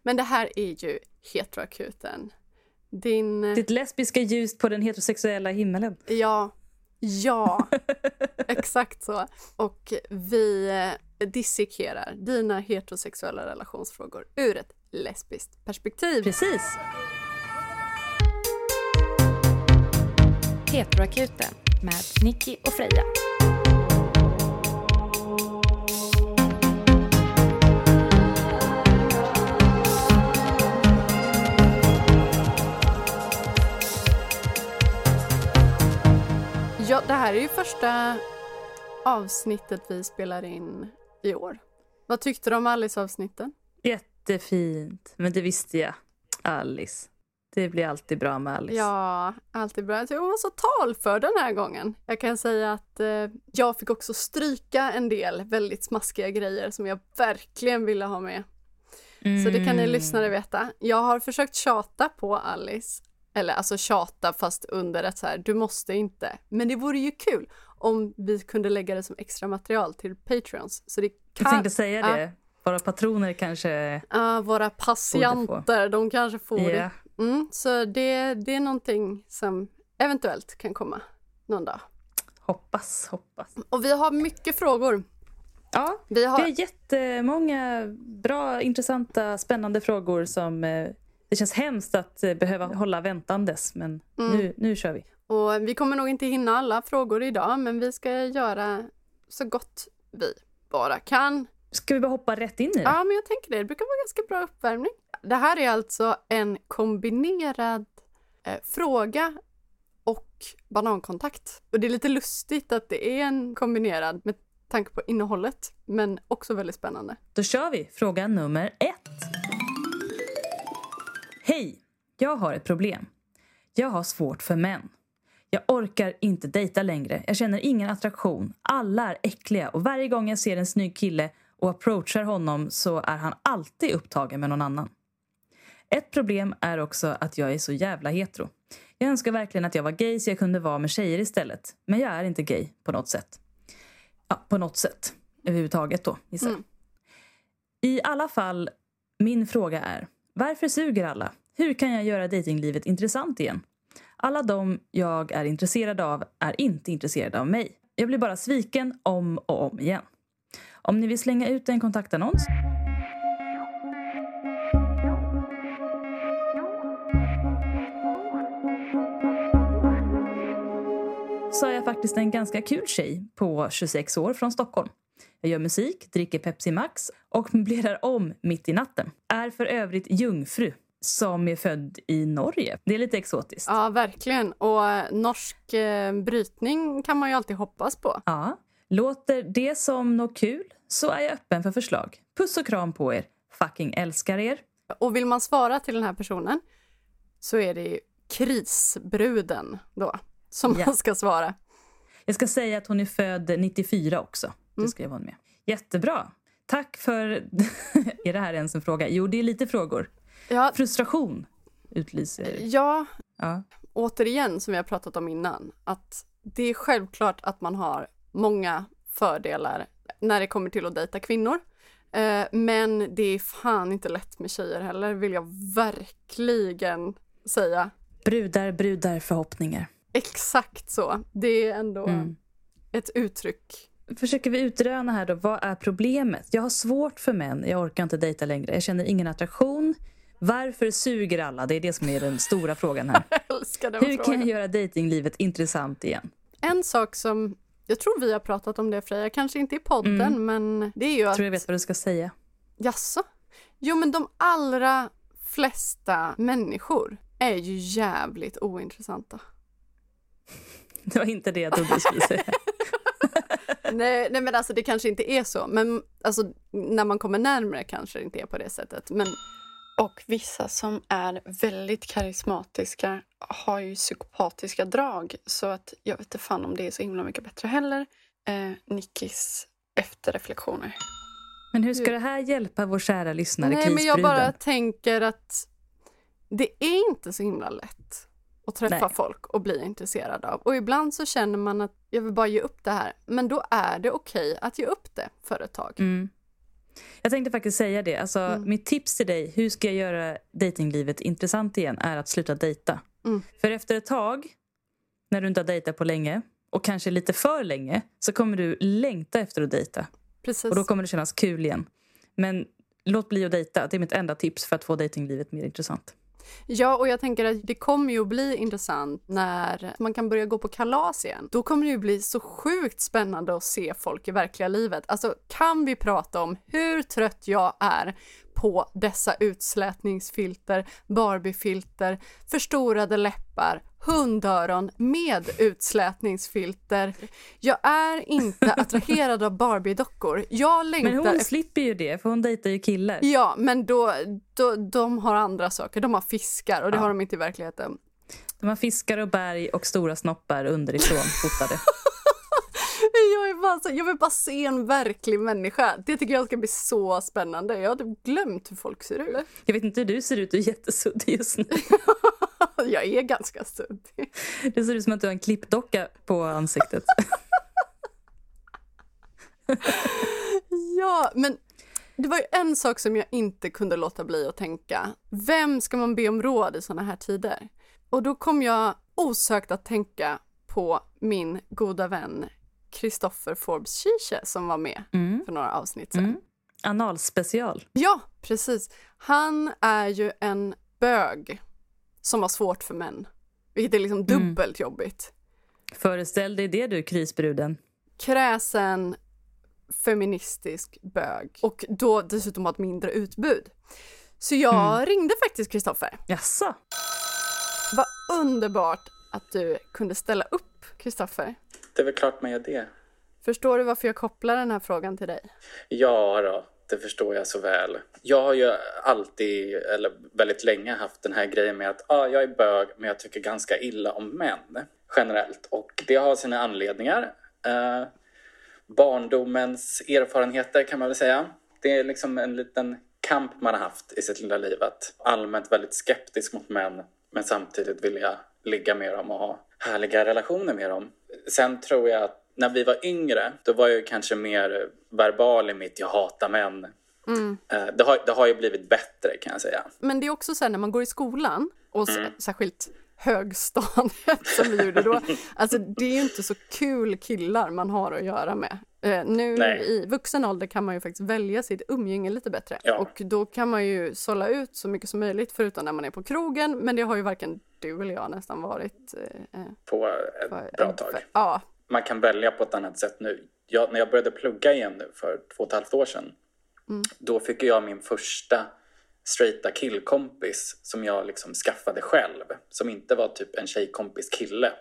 Men det här är ju heteroakuten. Ditt lesbiska ljus på den heterosexuella himmelen. Ja, exakt så. Och vi dissekerar dina heterosexuella relationsfrågor ur ett lesbiskt perspektiv. Precis. Heteroakuten med Nicky och Freja. Ja, det här är ju första avsnittet vi spelar in i år. Vad tyckte du om Alice-avsnitten? Jättefint. Men det visste jag. Alice. Det blir alltid bra med Alice. Ja, alltid bra. Jag var så talför den här gången. Jag kan säga att jag fick också stryka en del väldigt smaskiga grejer som jag verkligen ville ha med. Så det kan ni lyssnare veta. Jag har försökt tjata på Alice. Eller alltså tjata fast under ett så här, du måste inte. Men det vore ju kul om vi kunde lägga det som extra material till Patreons. Så det kan, jag tänkte säga det. Våra patroner kanske... våra patienter, de kanske får det. Så det är någonting som eventuellt kan komma någon dag. Hoppas. Och vi har mycket frågor. Ja, vi har jättemånga bra, intressanta, spännande frågor som... Det känns hemskt att behöva hålla väntandes, men nu kör vi. Och vi kommer nog inte hinna alla frågor idag, men vi ska göra så gott vi bara kan. Ska vi bara hoppa rätt in i det? Ja, men jag tänker det. Det brukar vara ganska bra uppvärmning. Det här är alltså en kombinerad fråga och banankontakt. Och det är lite lustigt att det är en kombinerad med tanke på innehållet, men också väldigt spännande. Då kör vi fråga nummer 1. Hej, jag har ett problem. Jag har svårt för män. Jag orkar inte dejta längre. Jag känner ingen attraktion. Alla är äckliga och varje gång jag ser en snygg kille och approachar honom så är han alltid upptagen med någon annan. Ett problem är också att jag är så jävla hetero. Jag önskar verkligen att jag var gay så jag kunde vara med tjejer istället. Men jag är inte gay på något sätt. Ja, på något sätt. Överhuvudtaget då, gissar. I alla fall, min fråga är... Varför suger alla? Hur kan jag göra datinglivet intressant igen? Alla de jag är intresserad av är inte intresserade av mig. Jag blir bara sviken om och om igen. Om ni vill slänga ut en kontaktannons... så är jag faktiskt en ganska kul tjej på 26 år från Stockholm. Jag gör musik, dricker Pepsi Max och möblerar om mitt i natten. Är för övrigt jungfru som är född i Norge. Det är lite exotiskt. Ja, verkligen. Och norsk brytning kan man ju alltid hoppas på. Ja, låter det som något kul så är jag öppen för förslag. Puss och kram på er. Fucking älskar er. Och vill man svara till den här personen så är det krisbruden då som man ska svara. Jag ska säga att hon är född 94 också. Det skrev hon med. Jättebra. Tack för... är det här ens en fråga? Jo, det är lite frågor. Ja. Frustration utlyser. Ja, återigen som vi har pratat om innan. Att det är självklart att man har många fördelar när det kommer till att dejta kvinnor. Men det är fan inte lätt med tjejer heller, vill jag verkligen säga. Brudar, förhoppningar. Exakt så. Det är ändå ett uttryck. Försöker vi utröna här då, vad är problemet? Jag har svårt för män, jag orkar inte dejta längre. Jag känner ingen attraktion. Varför suger alla? Det är det som är den stora frågan här. Jag älskar den Hur kan jag göra datinglivet intressant igen? En sak som, jag tror vi har pratat om det, Freja, kanske inte i podden, men det är ju att... Jag tror jag vet vad du ska säga. Jaså? Jo, men de allra flesta människor är ju jävligt ointressanta. Det var inte det jag trodde du skulle säga. nej, men alltså det kanske inte är så. Men alltså när man kommer närmare kanske det inte är på det sättet. Men... Och vissa som är väldigt karismatiska har ju psykopatiska drag. Så att jag vet inte fan om det är så himla mycket bättre heller. Nickis efterreflektioner. Men hur ska det här hjälpa vår kära lyssnare? Nej, men jag bara tänker att det är inte så himla lätt att träffa folk och bli intresserad av. Och ibland så känner man att jag vill bara ge upp det här. Men då är det okej att ge upp det för ett tag. Jag tänkte faktiskt säga det. Alltså, mitt tips till dig, hur ska jag göra datinglivet intressant igen, är att sluta dejta. För efter ett tag, när du inte har dejtat på länge, och kanske lite för länge, så kommer du längta efter att dejta. Precis. Och då kommer det kännas kul igen. Men låt bli att dejta. Det är mitt enda tips för att få datinglivet mer intressant. Ja, och jag tänker att det kommer ju att bli intressant när man kan börja gå på kalas igen. Då kommer det ju bli så sjukt spännande att se folk i verkliga livet. Alltså, kan vi prata om hur trött jag är på dessa utslätningsfilter, Barbie-filter, förstorade läppar, hundöron med utslätningsfilter. Jag är inte attraherad av Barbie-dockor. Jag längtar... Men hon slipper ju det, för hon dejtar ju killar. Ja, men då de har andra saker. De har fiskar och det har de inte i verkligheten. De har fiskar och berg och stora snoppar underifrån fotade. Jag vill bara se en verklig människa. Det tycker jag ska bli så spännande. Jag hade glömt hur folk ser ut. Jag vet inte hur du ser ut, du är jättesuddig just nu. Jag är ganska suddig. Det ser ut som att du har en klippdocka på ansiktet. Ja, men det var ju en sak som jag inte kunde låta bli att tänka. Vem ska man be om råd i såna här tider? Och då kom jag osökt att tänka på min goda vän Kristoffer Forbes Kirche som var med för några avsnitt sedan. Analspecial. Ja, precis. Han är ju en bög som har svårt för män. Vilket är liksom dubbelt jobbigt. Föreställ dig det, du krisbruden. Kräsen, feministisk bög. Och då dessutom har ett mindre utbud. Så jag ringde faktiskt Kristoffer. Jaså? Vad underbart att du kunde ställa upp, Kristoffer. Det är väl klart man gör det. Förstår du varför jag kopplar den här frågan till dig? Ja då, det förstår jag så väl. Jag har ju alltid, eller väldigt länge, haft den här grejen med att jag är bög, men jag tycker ganska illa om män generellt. Och det har sina anledningar. Barndomens erfarenheter kan man väl säga. Det är liksom en liten kamp man har haft i sitt lilla liv. Att allmänt väldigt skeptisk mot män, men samtidigt vill jag ligga med dem och ha härliga relationer med dem. Sen tror jag att när vi var yngre, då var jag kanske mer verbal i mitt jag hatar män. Det har ju blivit bättre, kan jag säga. Men det är också så här, när man går i skolan och särskilt högstadiet som vi gjorde då. Alltså det är ju inte så kul killar man har att göra med. I vuxen ålder kan man ju faktiskt välja sitt umgänge lite bättre. Ja. Och då kan man ju sålla ut så mycket som möjligt förutom när man är på krogen. Men det har ju varken du eller jag nästan varit på ett bra tag. Ja. Man kan välja på ett annat sätt nu. När jag började plugga igen nu för 2,5 år sedan. Då fick jag min första straighta killkompis som jag liksom skaffade själv. Som inte var typ en tjejkompis kille.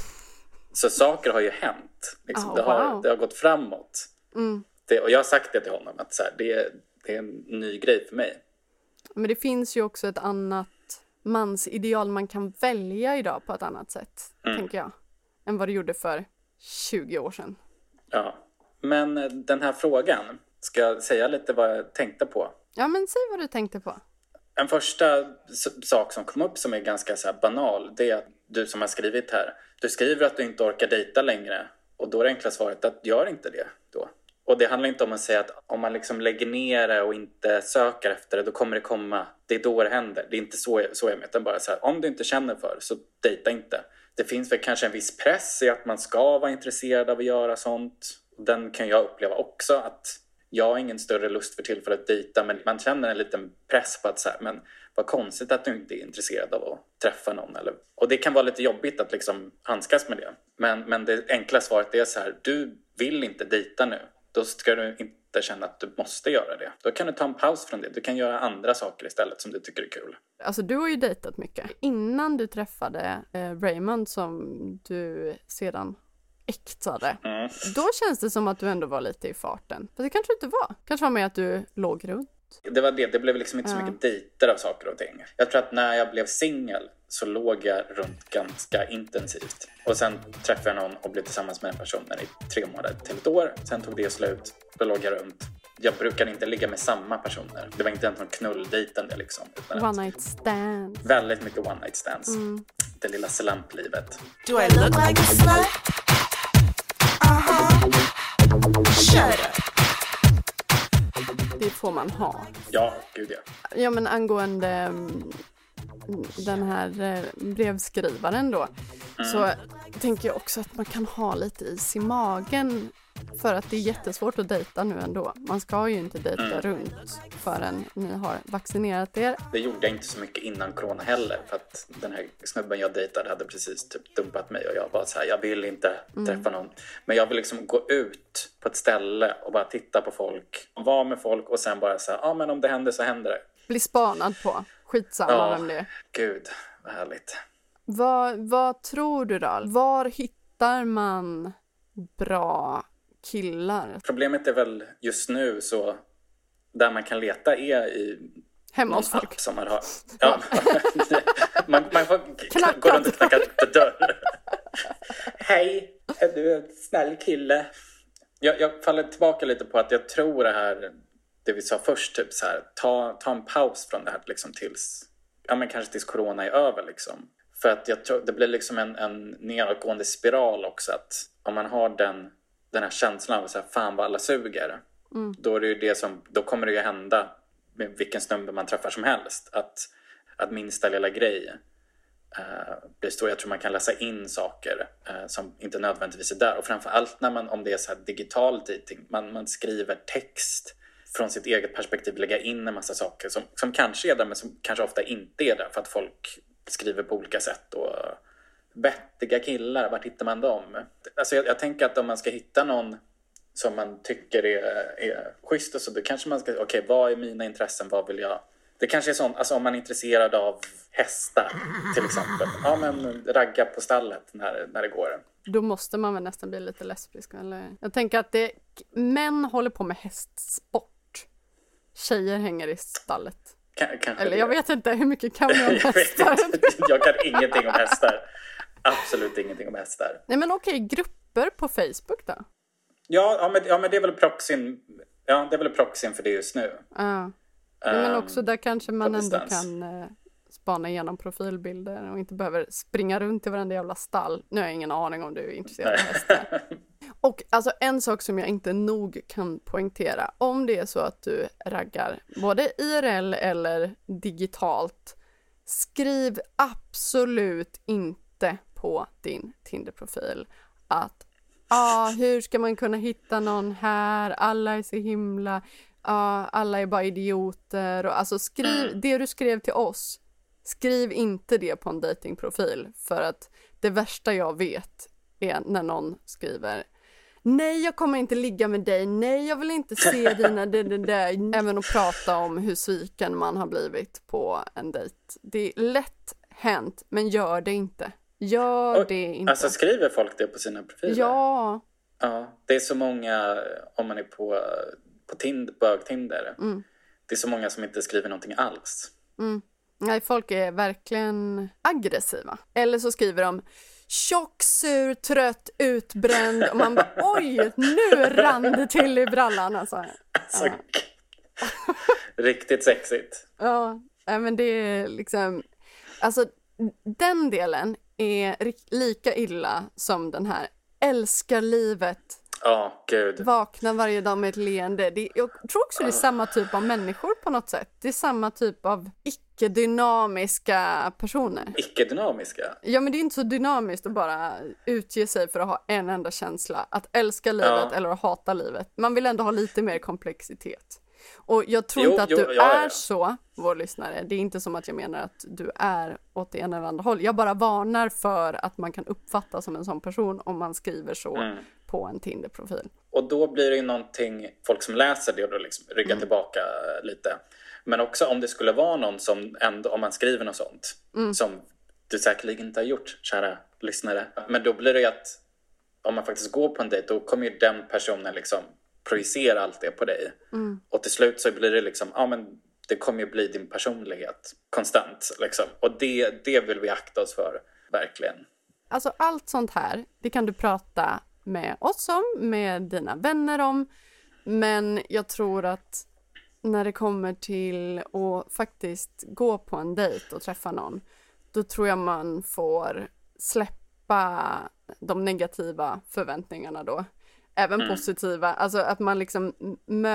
Så saker har ju hänt. Liksom. Det har gått framåt. Och jag har sagt det till honom. Att så här, det är en ny grej för mig. Men det finns ju också ett annat mansideal man kan välja idag på ett annat sätt. Tänker jag. Än vad det gjorde för 20 år sedan. Ja. Men den här frågan. Ska jag säga lite vad jag tänkte på? Ja, men säg vad du tänkte på. En första sak som kom upp som är ganska så här banal, det är att du som har skrivit här, du skriver att du inte orkar dejta längre. Och då är det enkla svaret att gör inte det då. Och det handlar inte om att säga att om man liksom lägger ner det och inte söker efter det, då kommer det komma. Det är då det händer. Det är inte så jag menar, utan bara så här, om du inte känner för så dejta inte. Det finns väl kanske en viss press i att man ska vara intresserad av att göra sånt. Den kan jag uppleva också, att jag har ingen större lust för tillfället att dejta, men man känner en liten press på att så här, men vad konstigt att du inte är intresserad av att träffa någon. Och det kan vara lite jobbigt att liksom handskas med det. Men det enkla svaret är så här, du vill inte dejta nu. Då ska du inte känna att du måste göra det. Då kan du ta en paus från det. Du kan göra andra saker istället som du tycker är kul. Alltså du har ju dejtat mycket. Innan du träffade Raymond som du sedan äktade. Då känns det som att du ändå var lite i farten. Fast det kanske inte var. Kanske var med att du låg runt. Det var det. Det blev liksom inte så mycket dejter av saker och ting. Jag tror att när jag blev singel så låg jag runt ganska intensivt. Och sen träffade jag någon och blev tillsammans med en person i 3 månader till ett år. Sen tog det slut. Då låg jag runt. Jag brukade inte ligga med samma personer. Det var inte någon knulldejtande liksom. One night stands. Väldigt mycket one night stands. Det lilla slamplivet. Do I look like a slut? Shut up. Det får man ha. Ja, gud ja. Ja, men angående den här brevskrivaren då, så tänker jag också att man kan ha lite is i magen, för att det är jättesvårt att dejta nu ändå. Man ska ju inte dejta runt förrän ni har vaccinerat er. Det gjorde jag inte så mycket innan corona heller, för att den här snubben jag dejtade hade precis typ dumpat mig och jag bara så här, jag vill inte träffa någon. Men jag vill liksom gå ut på ett ställe och bara titta på folk, vara med folk och sen bara så här, men om det händer så händer det. Bli spanad på. Skitsamma vem det är. Gud, vad härligt. Vad tror du då? Var hittar man bra killar? Problemet är väl just nu så där man kan leta är i hemma hos folk som man har. Ja, man får gå runt och knacka på dörr. Hej, är du en snäll kille? Jag faller tillbaka lite på att jag tror det vi sa först, typ så här, ta en paus från det här liksom tills corona är över liksom. För att jag tror det blir liksom en nedåtgående spiral också, att om man har den här känslan av så här, fan vad alla suger. Då är det ju då kommer det ju hända med vilken snubbe man träffar som helst, att minsta lilla grej blir stor. Jag tror man kan läsa in saker som inte nödvändigtvis är där, och framförallt om det är så här digital dating, man skriver text från sitt eget perspektiv, lägga in en massa saker som kanske är där men som kanske ofta inte är där, för att folk skriver på olika sätt. Och vettiga killar, vart hittar man dem? Alltså jag tänker att om man ska hitta någon som man tycker är schysst och så, då kanske man ska, okej, vad är mina intressen, vad vill jag? Det kanske är sånt, alltså om man är intresserad av hästar till exempel, men ragga på stallet när det går. Då måste man väl nästan bli lite lesbisk, eller? Jag tänker att män håller på med hästsport. Tjejer hänger i stallet. Eller jag vet inte hur mycket kan man om hästar. Jag kan ingenting om hästar. Absolut ingenting om hästar. Nej, men okej, grupper på Facebook då? Ja, men det är väl proxyn. Ja, det är väl proxyn för det just nu. Ja. Men också där kanske man ändå kan spana igenom profilbilder och inte behöver springa runt i varenda jävla stall. Nu har jag ingen aning om du är intresserad av hästar. Och alltså en sak som jag inte nog kan poängtera, om det är så att du raggar både IRL eller digitalt, skriv absolut inte på din Tinder-profil att hur ska man kunna hitta någon här, alla är så himla, alla är bara idioter, och alltså skriv det du skrev till oss, skriv inte det på en datingprofil, för att det värsta jag vet är när någon skriver nej, jag kommer inte ligga med dig, nej, jag vill inte se dina även att prata om hur sviken man har blivit på en dejt. Det är lätt hänt, men gör det inte. Gör det inte. Alltså skriver folk det på sina profiler? Ja. Ja, det är så många, om man är på bög-Tinder. Det är så många som inte skriver någonting alls. Nej, folk är verkligen aggressiva. Eller så skriver de tjock, sur, trött, utbränd. Och man bara, oj, nu rann det till i brallan. Alltså. Riktigt sexigt. Ja, men det är liksom... Alltså, den delen är lika illa som den här älskar livet. Gud. Vakna varje dag med ett leende. Jag tror också det är samma typ av människor på något sätt. Det är samma typ av icke-dynamiska personer. Icke-dynamiska? Ja, men det är inte så dynamiskt att bara utge sig för att ha en enda känsla. Att älska livet eller att hata livet. Man vill ändå ha lite mer komplexitet. Och jag tror inte att du är så, vår lyssnare. Det är inte som att jag menar att du är åt det ena eller andra håll. Jag bara varnar för att man kan uppfatta som en sån person om man skriver så på en Tinder-profil. Och då blir det ju någonting, folk som läser det och då liksom ryggar tillbaka lite. Men också om det skulle vara någon som ändå, om man skriver något sånt, som du säkerligen inte har gjort, kära lyssnare. Men då blir det ju att om man faktiskt går på en dejt, då kommer ju den personen liksom projicera allt det på dig. Och till slut så blir det liksom, men det kommer ju bli din personlighet konstant liksom. Och det vill vi akta oss för, verkligen. Alltså allt sånt här, det kan du prata med oss om, med dina vänner om. Men jag tror att när det kommer till att faktiskt gå på en dejt och träffa någon, då tror jag man får släppa de negativa förväntningarna då. Även positiva, alltså att man liksom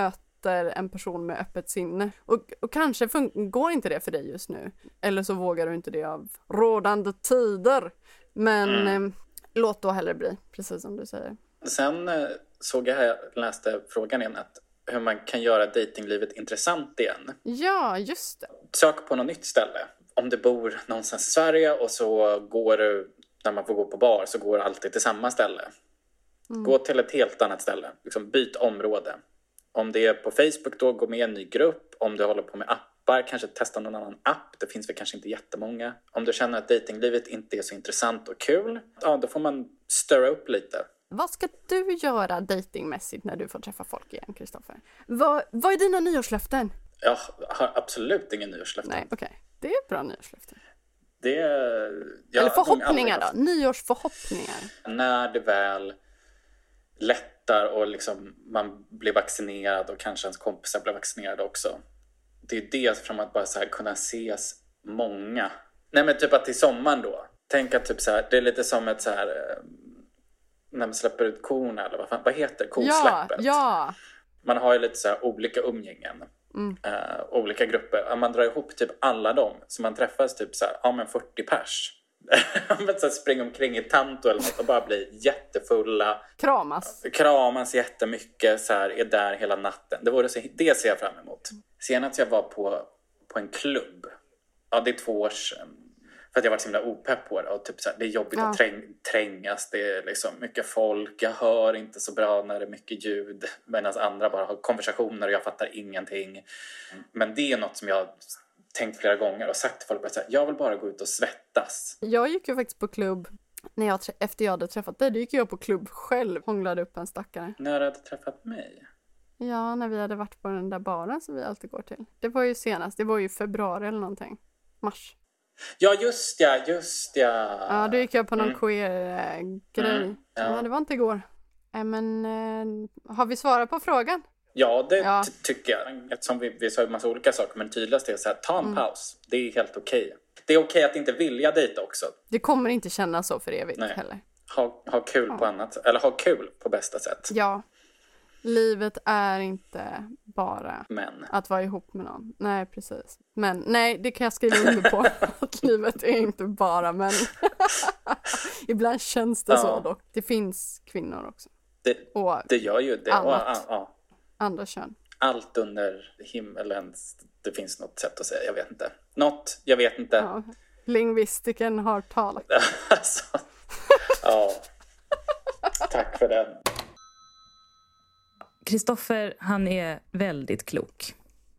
möter en person med öppet sinne. Och kanske går inte det för dig just nu. Eller så vågar du inte det av rådande tider. Men låt då hellre bli, precis som du säger. Sen såg jag läste frågan igen att hur man kan göra datinglivet intressant igen. Ja, just det. Sök på något nytt ställe. Om du bor någonstans i Sverige och så går du, när man får gå på bar, så går du alltid till samma ställe. Gå till ett helt annat ställe. Liksom byt område. Om det är på Facebook då, gå med i en ny grupp. Om du håller på med appar, kanske testa någon annan app. Det finns väl kanske inte jättemånga. Om du känner att datinglivet inte är så intressant och kul, ja, då får man störa upp lite. Vad ska du göra datingmässigt när du får träffa folk igen, Kristoffer? Vad är dina nyårslöften? Jag har absolut ingen nyårslöften. Nej, okej. Det är ett bra nyårslöften. Eller förhoppningar då? Nyårsförhoppningar. När det väl lättar och liksom man blir vaccinerad och kanske ens kompisar blir vaccinerade också. Det är det från att bara så här kunna ses många. Nej, men typ att till sommaren då. Tänk att typ så här, det är lite som ett så här när man släpper ut korna eller vad heter kosläppet. Ja. Man har ju lite så här olika umgängen. Olika grupper. Man drar ihop typ alla dem. Så man träffas typ så här, 40 pers. Men så springer omkring i Tanto eller något och bara blir jättefulla. Kramas jättemycket, så här, är där hela natten. Det ser jag fram emot. Senast jag var på en klubb. Ja, det är 2 år sedan. För att jag var så himla opepp på det. Och typ så här, det är jobbigt att trängas. Det är liksom mycket folk. Jag hör inte så bra när det är mycket ljud. Medan andra bara har konversationer och jag fattar ingenting. Men det är något som jag har tänkt flera gånger och sagt till folk att jag vill bara gå ut och svettas. Jag gick ju faktiskt på klubb efter jag hade träffat dig. Då gick jag på klubb själv, hånglade upp en stackare. När du hade träffat mig? Ja, när vi hade varit på den där baren som vi alltid går till. Det var ju senast, det var ju februari eller någonting. Mars. Ja, just ja. Ja, då gick jag på någon queer-grej. Ja, det var inte igår. Men har vi svarat på frågan? Ja, det tycker jag. Eftersom vi sa en massa olika saker. Men tydligast är så här, ta en paus. Det är helt okej. Det är okej att inte vilja dejta också. Det kommer inte kännas så för evigt heller. Ha kul på annat. Eller ha kul på bästa sätt. Ja. Livet är inte bara men att vara ihop med någon. Nej, precis. Men nej, det kan jag skriva under på. Att livet är inte bara män. Ibland känns det så dock. Det finns kvinnor också. Det gör ju det. Andra kön. Allt under himmelen. Det finns något sätt att säga. Jag vet inte. Ja. Lingvistiken har talat. Alltså, tack för den. Kristoffer, han är väldigt klok.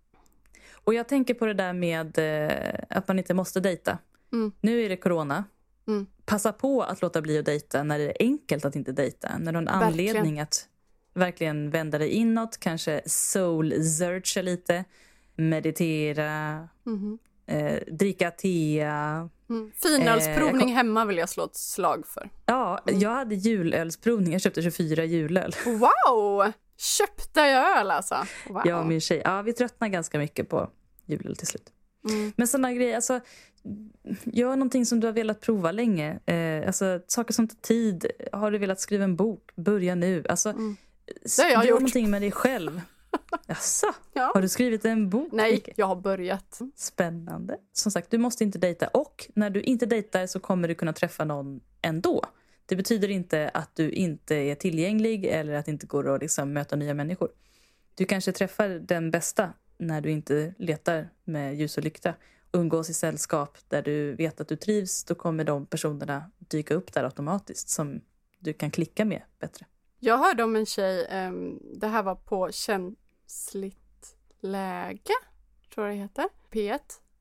Och jag tänker på det där med att man inte måste dejta. Nu är det corona. Passa på att låta bli att dejta när det är enkelt att inte dejta. När du har en anledning att verkligen vända dig inåt. Kanske soul-searcha lite. Meditera. Dricka te. Finölsprovning hemma vill jag slå ett slag för. Ja, jag hade julölsprovning. Jag köpte 24 julöl. Wow! Köpte jag öl alltså? Wow. Jag och min tjej. Ja, vi tröttnar ganska mycket på julöl till slut. Men sådana grejer, alltså, gör någonting som du har velat prova länge. Alltså, saker som tar tid. Har du velat skriva en bok? Börja nu. Alltså, gör någonting med dig själv. Jaså? Ja. Har du skrivit en bok? Nej, jag har börjat. Spännande. Som sagt, du måste inte dejta. Och när du inte dejtar så kommer du kunna träffa någon ändå. Det betyder inte att du inte är tillgänglig eller att det inte går att liksom möta nya människor. Du kanske träffar den bästa när du inte letar med ljus och lykta. Umgås i sällskap där du vet att du trivs. Då kommer de personerna dyka upp där automatiskt som du kan klicka med bättre. Jag hörde om en tjej, det här var på Känsligt läge, tror jag det heter, P1.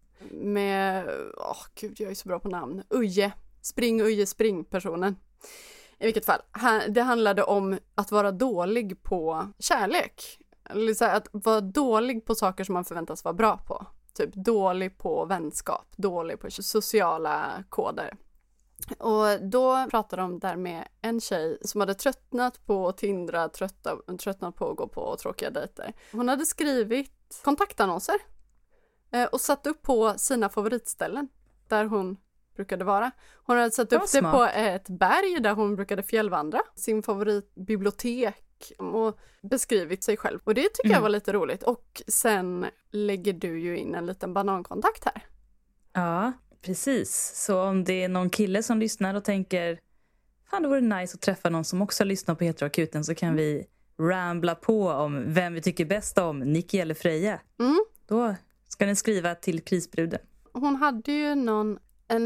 Med, gud jag är så bra på namn, Uje Spring personen. I vilket fall, det handlade om att vara dålig på kärlek. Eller så här, att vara dålig på saker som man förväntas vara bra på. Typ dålig på vänskap, dålig på sociala koder. Och då pratade de där med en tjej som hade tröttnat på att tindra, tröttnat på att gå på tråkiga dejter. Hon hade skrivit kontaktannonser och satt upp på sina favoritställen där hon brukade vara. Hon hade satt upp det på ett berg där hon brukade fjällvandra. Sin favoritbibliotek och beskrivit sig själv. Och det tycker jag var lite roligt. Och sen lägger du ju in en liten banankontakt här. Ja, precis. Så om det är någon kille som lyssnar och tänker fan, det vore nice att träffa någon som också lyssnar på Heteroakuten, så kan vi rambla på om vem vi tycker bäst om, Nicky eller Freja. Då ska ni skriva till krisbruden. Hon hade ju en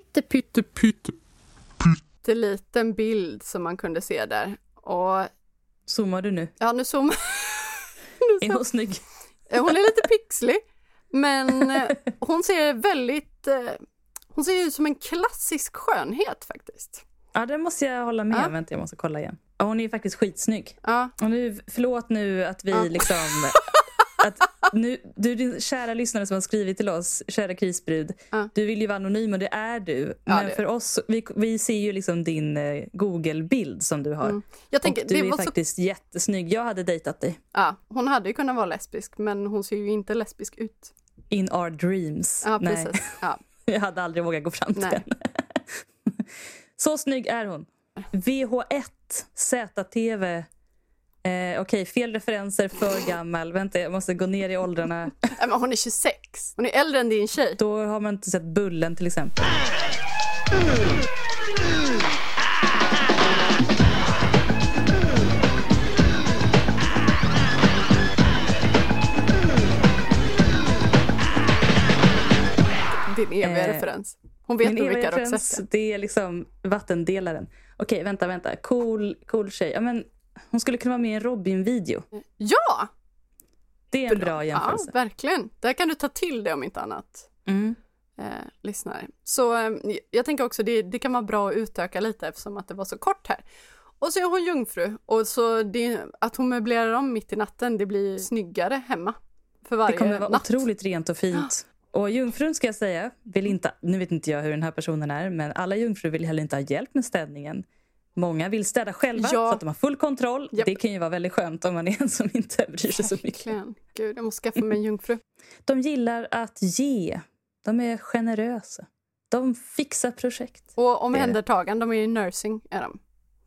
pytteliten bild som man kunde se där. Och zoomar du nu? ja, nu zoomar. Är hon snygg? Hon är lite pixlig, men hon ser hon ser ut som en klassisk skönhet faktiskt. Ja, det måste jag hålla med. Vänta, jag måste kolla igen. Ja, hon är ju faktiskt skitsnygg. Ja. Och nu, förlåt nu att vi liksom... Att nu, du din kära lyssnare som har skrivit till oss, kära krisbrud, du vill ju vara anonym och det är du. Men för oss, vi ser ju liksom din Google-bild som du har. Jag tänker, och du är faktiskt jättesnygg. Jag hade dejtat dig. Ja, hon hade ju kunnat vara lesbisk, men hon ser ju inte lesbisk ut. In our dreams. Ja, precis. Ja. Jag hade aldrig vågat gå fram till henne. Så snygg är hon. VH1, ZTV. Okej, fel referenser, för gammal. Vänta, jag måste gå ner i åldrarna. Men hon är 26. Hon är äldre än din tjej. Då har man inte sett Bullen till exempel. Din eviga referens. Hon vet nog vilka referens. Det är liksom vattendelaren. Okej, vänta. Cool tjej. Ja, men hon skulle kunna vara med i en Robin-video. Ja! Det är en bra jämförelse. Ja, verkligen. Där kan du ta till det om inte annat. Lyssnare. Så jag tänker också det kan vara bra att utöka lite eftersom att det var så kort här. Och så är hon jungfru. Och så att hon möblerar om mitt i natten, det blir snyggare hemma. För varje det kommer vara natt. Otroligt rent och fint. Och jungfrun ska jag säga, nu vet inte jag hur den här personen är, men alla jungfrur vill heller inte ha hjälp med städningen. Många vill städa själva så att de har full kontroll. Yep. Det kan ju vara väldigt skönt om man är en som inte bryr sig så mycket. Gud, jag måste skaffa mig en jungfru. De gillar att ge. De är generösa. De fixar projekt. Och omhändertagande, de är ju nursing, är de.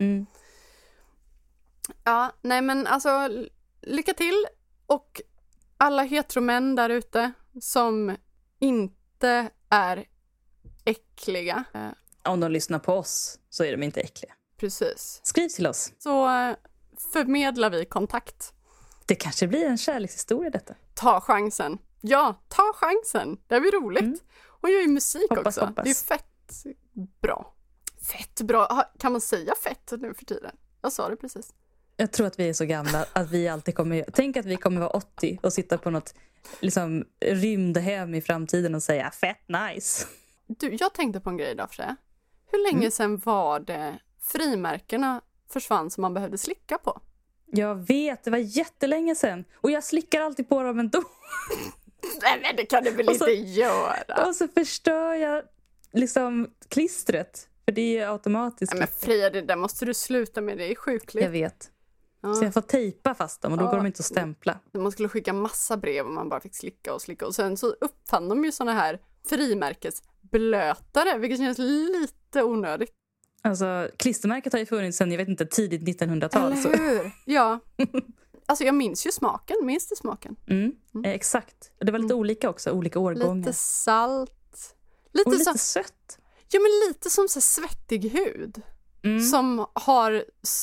Ja, nej men alltså, lycka till. Och alla heteromän där ute som inte är äckliga. Om de lyssnar på oss så är de inte äckliga. Precis. Skriv till oss. Så förmedlar vi kontakt. Det kanske blir en kärlekshistoria detta. Ta chansen. Ja, ta chansen. Det blir roligt. Hon gör ju musik också. Hoppas. Det är fett bra. Fett bra. Kan man säga fett nu för tiden? Jag sa det precis. Jag tror att vi är så gamla att vi alltid kommer... Tänk att vi kommer vara 80 och sitta på något liksom rymdhem i framtiden och säga fett nice. Du, jag tänkte på en grej idag för sig. Hur länge sedan var det frimärkena försvann som man behövde slicka på? Jag vet, det var jättelänge sedan. Och jag slickar alltid på dem ändå. Nej, men det kan du väl inte göra? Och så förstör jag liksom klistret. För det är ju automatiskt. Nej, men Freja, det där måste du sluta med. Det är sjukligt. Jag vet. Ja. Så jag får tejpa fast dem och då går de inte att stämpla. Man skulle skicka massa brev och man bara fick slicka och slicka. Och sen så uppfann de ju såna här frimärkesblötare, vilket känns lite onödigt. Alltså, klistermärket har ju funnits sedan, jag vet inte, tidigt 1900-tal. Eller hur? Ja. Alltså jag minns ju smaken. Minns du smaken? Exakt. Det var lite olika också, olika årgångar. Lite salt. Och lite sött. Ja, men lite som så svettig hud. Som har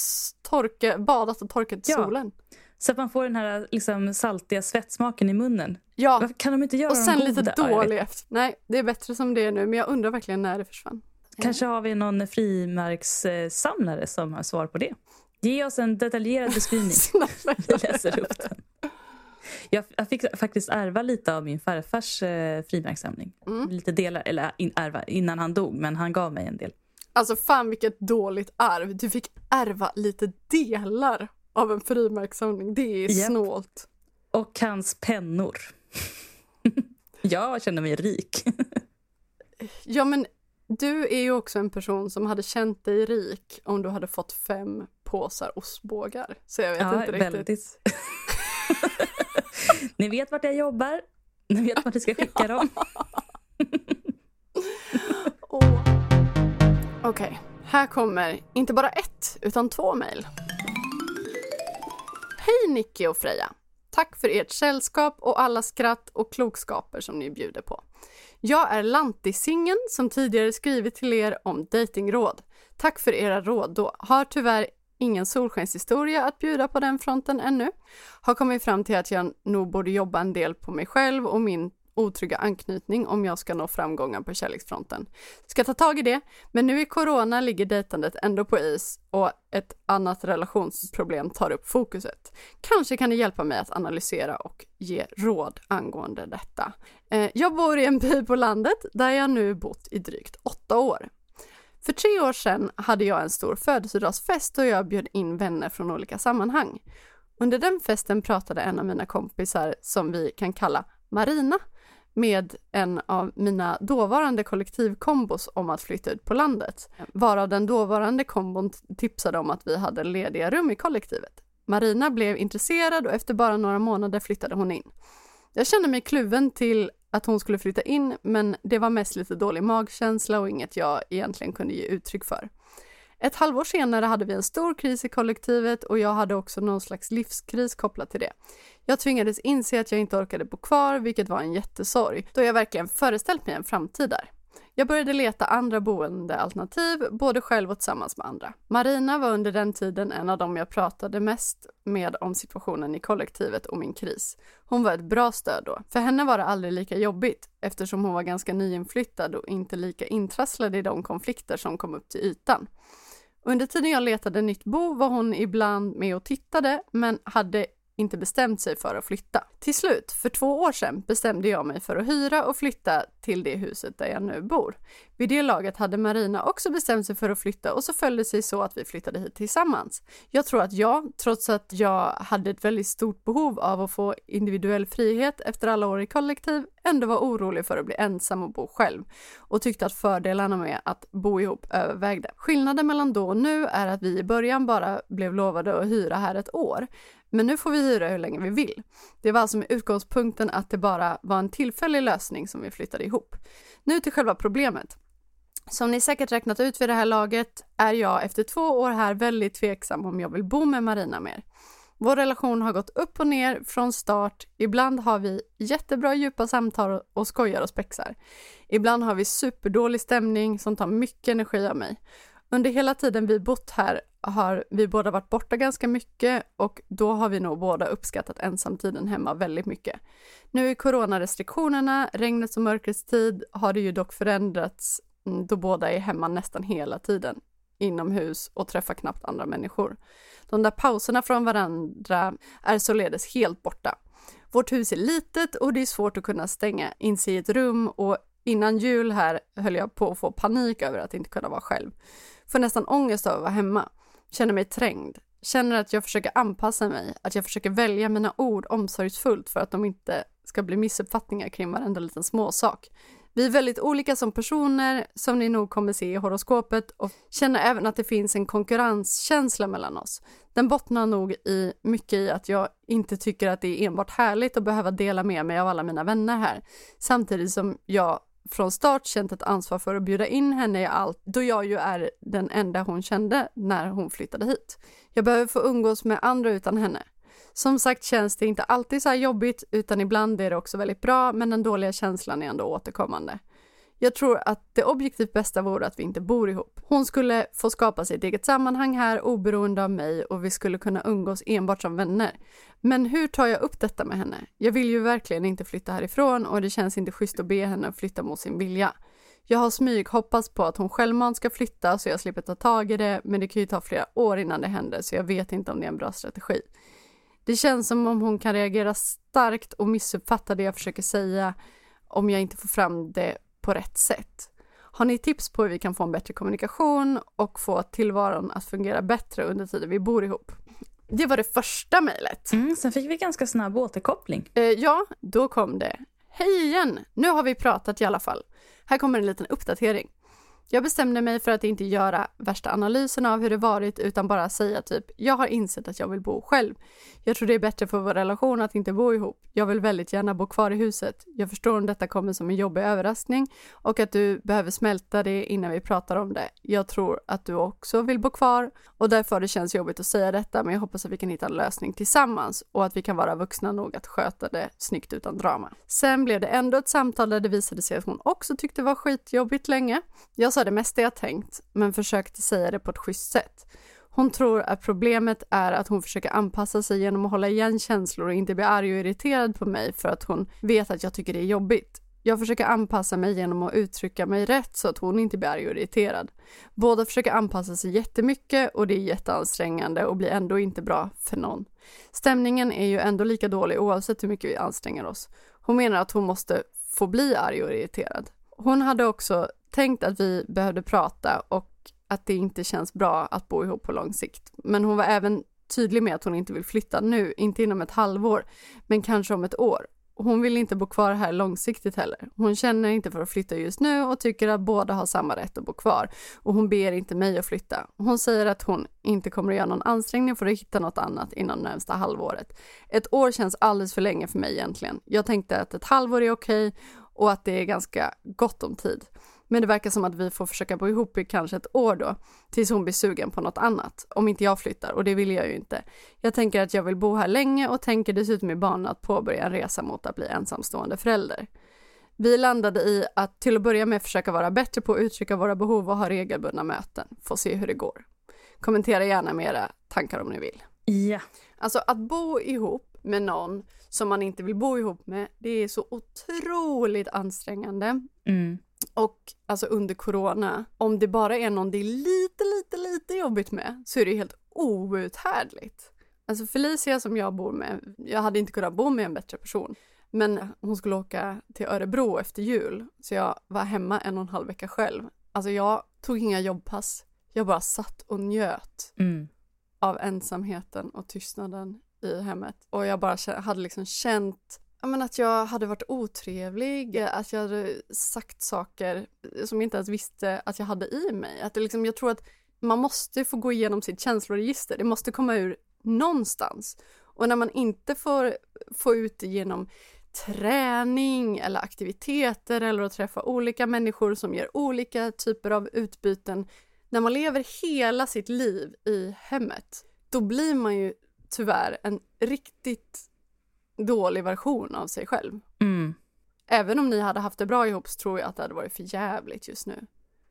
badat och torkat i solen. Så att man får den här liksom saltiga svettsmaken i munnen. Ja. Varför kan de inte göra och sen lite dålig efter. Nej, det är bättre som det är nu. Men jag undrar verkligen när det försvann. Kanske har vi någon frimärkssamlare som har svar på det. Ge oss en detaljerad beskrivning. Vi läser upp den. Jag fick faktiskt ärva lite av min farfars frimärkssamling. Lite delar, eller ärva innan han dog, men han gav mig en del. Alltså fan vilket dåligt arv. Du fick ärva lite delar av en frimärkssamling. Det är snålt. Och hans pennor. Jag känner mig rik. Ja, men du är ju också en person som hade känt dig rik om du hade fått 5 påsar ostbågar. Så jag vet inte riktigt. Väldigt. Ni vet vart jag jobbar. Ni vet vart jag ska skicka dem. Okej, här kommer inte bara 1 utan 2 mejl. Hej Nicky och Freja! Tack för ert sällskap och alla skratt och klokskaper som ni bjuder på. Jag är lantisingen som tidigare skrivit till er om datingråd. Tack för era råd då. Har tyvärr ingen solskenshistoria att bjuda på den fronten ännu. Har kommit fram till att jag nog borde jobba en del på mig själv och min otrygga anknytning om jag ska nå framgångar på kärleksfronten. Ska ta tag i det, men nu i corona ligger dejtandet ändå på is och ett annat relationsproblem tar upp fokuset. Kanske kan det hjälpa mig att analysera och ge råd angående detta. Jag bor i en by på landet där jag nu bott i drygt 8 år. För 3 år sedan hade jag en stor födelsedagsfest och jag bjöd in vänner från olika sammanhang. Under den festen pratade en av mina kompisar som vi kan kalla Marina med en av mina dåvarande kollektivkombos om att flytta ut på landet. Varav den dåvarande kombon tipsade om att vi hade lediga rum i kollektivet. Marina blev intresserad och efter bara några månader flyttade hon in. Jag kände mig kluven till att hon skulle flytta in, men det var mest lite dålig magkänsla och inget jag egentligen kunde ge uttryck för. Ett halvår senare hade vi en stor kris i kollektivet och jag hade också någon slags livskris kopplat till det. Jag tvingades inse att jag inte orkade bo kvar, vilket var en jättesorg, då jag verkligen föreställt mig en framtid där. Jag började leta andra boendealternativ, både själv och tillsammans med andra. Marina var under den tiden en av dem jag pratade mest med om situationen i kollektivet och min kris. Hon var ett bra stöd då. För henne var det aldrig lika jobbigt, eftersom hon var ganska nyinflyttad och inte lika intrasslad i de konflikter som kom upp till ytan. Under tiden jag letade nytt bo var hon ibland med och tittade, men hade inte bestämt sig för att flytta. Till slut, för 2 år sedan, bestämde jag mig för att hyra och flytta till det huset där jag nu bor. Vid det laget hade Marina också bestämt sig för att flytta och så följde det sig så att vi flyttade hit tillsammans. Jag tror att jag, trots att jag hade ett väldigt stort behov av att få individuell frihet efter alla år i kollektiv, ändå var orolig för att bli ensam och bo själv och tyckte att fördelarna med att bo ihop övervägde. Skillnaden mellan då och nu är att vi i början bara blev lovade att hyra här 1 år. Men nu får vi hyra hur länge vi vill. Det var alltså med utgångspunkten att det bara var en tillfällig lösning som vi flyttade ihop. Nu till själva problemet. Som ni säkert räknat ut vid det här laget är jag efter 2 år här väldigt tveksam om jag vill bo med Marina mer. Vår relation har gått upp och ner från start. Ibland har vi jättebra djupa samtal och skojar och spexar. Ibland har vi superdålig stämning som tar mycket energi av mig. Under hela tiden vi bott här har vi båda varit borta ganska mycket och då har vi nog båda uppskattat ensamtiden hemma väldigt mycket. Nu i coronarestriktionerna, regnets och mörkrets tid har det ju dock förändrats då båda är hemma nästan hela tiden inomhus och träffar knappt andra människor. De där pauserna från varandra är således helt borta. Vårt hus är litet och det är svårt att kunna stänga in sig i ett rum och innan jul här höll jag på att få panik över att inte kunna vara själv. Får nästan ångest av att vara hemma. Känner mig trängd. Känner att jag försöker anpassa mig. Att jag försöker välja mina ord omsorgsfullt för att de inte ska bli missuppfattningar kring varenda liten småsak. Vi är väldigt olika som personer, som ni nog kommer se i horoskopet, och känner även att det finns en konkurrenskänsla mellan oss. Den bottnar nog mycket i att jag inte tycker att det är enbart härligt att behöva dela med mig av alla mina vänner här. Samtidigt som jag från start känt ett ansvar för att bjuda in henne i allt, då jag ju är den enda hon kände när hon flyttade hit. Jag behöver få umgås med andra utan henne. Som sagt känns det inte alltid så här jobbigt, utan ibland är det också väldigt bra, men den dåliga känslan är ändå återkommande. Jag tror att det objektivt bästa vore att vi inte bor ihop. Hon skulle få skapa sig ett eget sammanhang här oberoende av mig och vi skulle kunna umgås enbart som vänner. Men hur tar jag upp detta med henne? Jag vill ju verkligen inte flytta härifrån och det känns inte schysst att be henne att flytta mot sin vilja. Jag har hoppats på att hon självmant ska flytta så jag slipper ta tag i det, men det kan ju ta flera år innan det händer så jag vet inte om det är en bra strategi. Det känns som om hon kan reagera starkt och missuppfatta det jag försöker säga om jag inte får fram det på rätt sätt. Har ni tips på hur vi kan få en bättre kommunikation och få tillvaron att fungera bättre under tiden vi bor ihop? Det var det första mejlet. Sen fick vi ganska snabb återkoppling. Ja, då kom det. Hej igen! Nu har vi pratat i alla fall. Här kommer en liten uppdatering. Jag bestämde mig för att inte göra värsta analysen av hur det varit utan bara säga typ, jag har insett att jag vill bo själv. Jag tror det är bättre för vår relation att inte bo ihop. Jag vill väldigt gärna bo kvar i huset. Jag förstår om detta kommer som en jobbig överraskning och att du behöver smälta det innan vi pratar om det. Jag tror att du också vill bo kvar och därför det känns jobbigt att säga detta, men jag hoppas att vi kan hitta en lösning tillsammans och att vi kan vara vuxna nog att sköta det snyggt utan drama. Sen blev det ändå ett samtal där det visade sig att hon också tyckte det var skitjobbigt länge. Jag sa det mesta jag tänkt, men försökte säga det på ett schysst sätt. Hon tror att problemet är att hon försöker anpassa sig genom att hålla igen känslor och inte bli arg och irriterad på mig för att hon vet att jag tycker det är jobbigt. Jag försöker anpassa mig genom att uttrycka mig rätt så att hon inte blir arg och irriterad. Båda försöker anpassa sig jättemycket och det är jätteansträngande och blir ändå inte bra för någon. Stämningen är ju ändå lika dålig oavsett hur mycket vi anstränger oss. Hon menar att hon måste få bli arg och irriterad. Hon hade också tänkt att vi behövde prata och att det inte känns bra att bo ihop på lång sikt. Men hon var även tydlig med att hon inte vill flytta nu, inte inom ett halvår, men kanske om ett år. Hon vill inte bo kvar här långsiktigt heller. Hon känner inte för att flytta just nu och tycker att båda har samma rätt att bo kvar. Och hon ber inte mig att flytta. Hon säger att hon inte kommer att göra någon ansträngning för att hitta något annat inom närmsta halvåret. Ett år känns alldeles för länge för mig egentligen. Jag tänkte att ett halvår är okej och att det är ganska gott om tid. Men det verkar som att vi får försöka bo ihop i kanske ett år då, tills hon blir sugen på något annat, om inte jag flyttar, och det vill jag ju inte. Jag tänker att jag vill bo här länge och tänker dessutom i banan att påbörja en resa mot att bli ensamstående förälder. Vi landade i att till att börja med försöka vara bättre på att uttrycka våra behov och ha regelbundna möten. Får se hur det går. Kommentera gärna med era tankar om ni vill. Ja. Alltså att bo ihop med någon som man inte vill bo ihop med, det är så otroligt ansträngande. Och alltså under corona, om det bara är någon det är lite jobbigt med, så är det helt outhärdligt. Alltså Felicia som jag bor med, jag hade inte kunnat bo med en bättre person. Men hon skulle åka till Örebro efter jul, så jag var hemma 1,5 vecka själv. Alltså jag tog inga jobbpass, jag bara satt och njöt av ensamheten och tystnaden i hemmet. Och jag bara hade liksom känt att jag hade varit otrevlig, att jag hade sagt saker som jag inte ens visste att jag hade i mig. Att det liksom, jag tror att man måste få gå igenom sitt känsloregister. Det måste komma ur någonstans. Och när man inte får få ut det genom träning eller aktiviteter eller att träffa olika människor som ger olika typer av utbyten. När man lever hela sitt liv i hemmet, då blir man ju tyvärr en riktigt dålig version av sig själv. Även om ni hade haft det bra ihop så tror jag att det hade varit för jävligt just nu.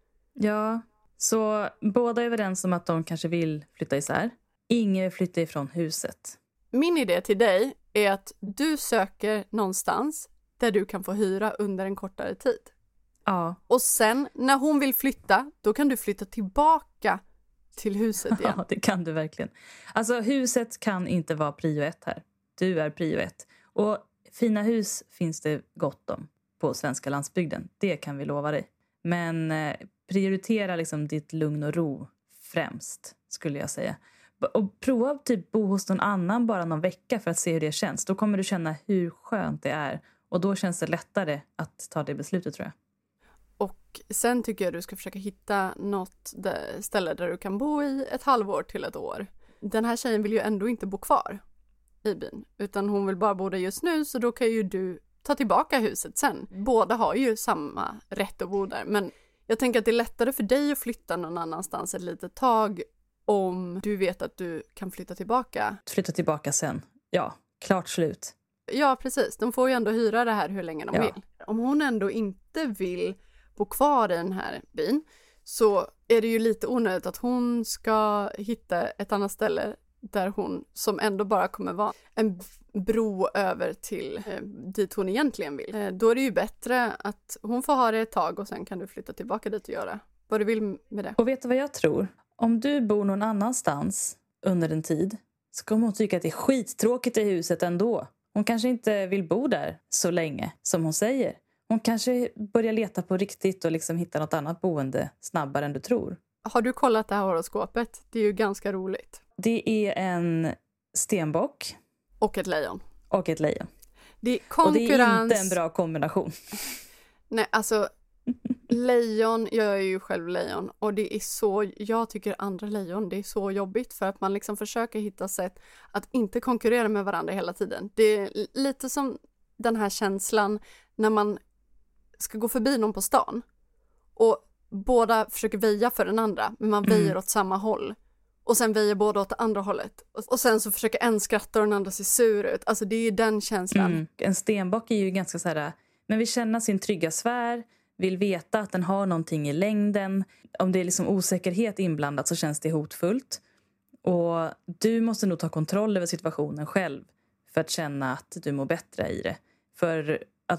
Ja, så båda är överens om att de kanske vill flytta isär. Ingen vill flytta ifrån huset. Min idé till dig är att du söker någonstans där du kan få hyra under en kortare tid. Ja. Och sen när hon vill flytta, då kan du flytta tillbaka till huset igen. Ja, det kan du verkligen. Alltså huset kan inte vara prio 1 här. Du är prio 1. Och fina hus finns det gott om på svenska landsbygden. Det kan vi lova dig. Men prioritera liksom ditt lugn och ro främst, skulle jag säga. Och prova typ bo hos någon annan bara någon vecka för att se hur det känns. Då kommer du känna hur skönt det är. Och då känns det lättare att ta det beslutet, tror jag. Och sen tycker jag du ska försöka hitta något ställe där du kan bo i ett halvår till ett år. Den här tjejen vill ju ändå inte bo kvar i byn, utan hon vill bara bo där just nu, så då kan ju du ta tillbaka huset sen. Båda har ju samma rätt att bo där, men jag tänker att det är lättare för dig att flytta någon annanstans ett litet tag om du vet att du kan flytta tillbaka. Flytta tillbaka sen. Ja, klart slut. Ja, precis. De får ju ändå hyra det här hur länge de vill. Om hon ändå inte vill bo kvar i den här byn, så är det ju lite onödigt att hon ska hitta ett annat ställe där hon, som ändå bara kommer vara en bro över till dit hon egentligen vill. Då är det ju bättre att hon får ha det ett tag och sen kan du flytta tillbaka dit och göra vad du vill med det. Och vet du vad jag tror? Om du bor någon annanstans under en tid, så kommer hon tycka att det är skittråkigt i huset ändå. Hon kanske inte vill bo där så länge som hon säger. Hon kanske börjar leta på riktigt och liksom hitta något annat boende snabbare än du tror. Har du kollat det här horoskopet? Det är ju ganska roligt. Det är en stenbock. Och ett lejon. Och ett lejon. Det är konkurrens. Och det är inte en bra kombination. Nej, alltså Lejon, jag är ju själv lejon och det är så, jag tycker andra lejon, det är så jobbigt för att man liksom försöker hitta sätt att inte konkurrera med varandra hela tiden. Det är lite som den här känslan när man ska gå förbi någon på stan och båda försöker väja för den andra, men man väjer åt samma håll. Och sen väjer båda åt andra hållet. Och sen så försöker en skratta och den andra se sur ut. Alltså det är den känslan. En stenbock är ju ganska så här, men vill känna sin trygga sfär, vill veta att den har någonting i längden. Om det är liksom osäkerhet inblandat så känns det hotfullt. Och du måste nog ta kontroll över situationen själv för att känna att du mår bättre i det. För att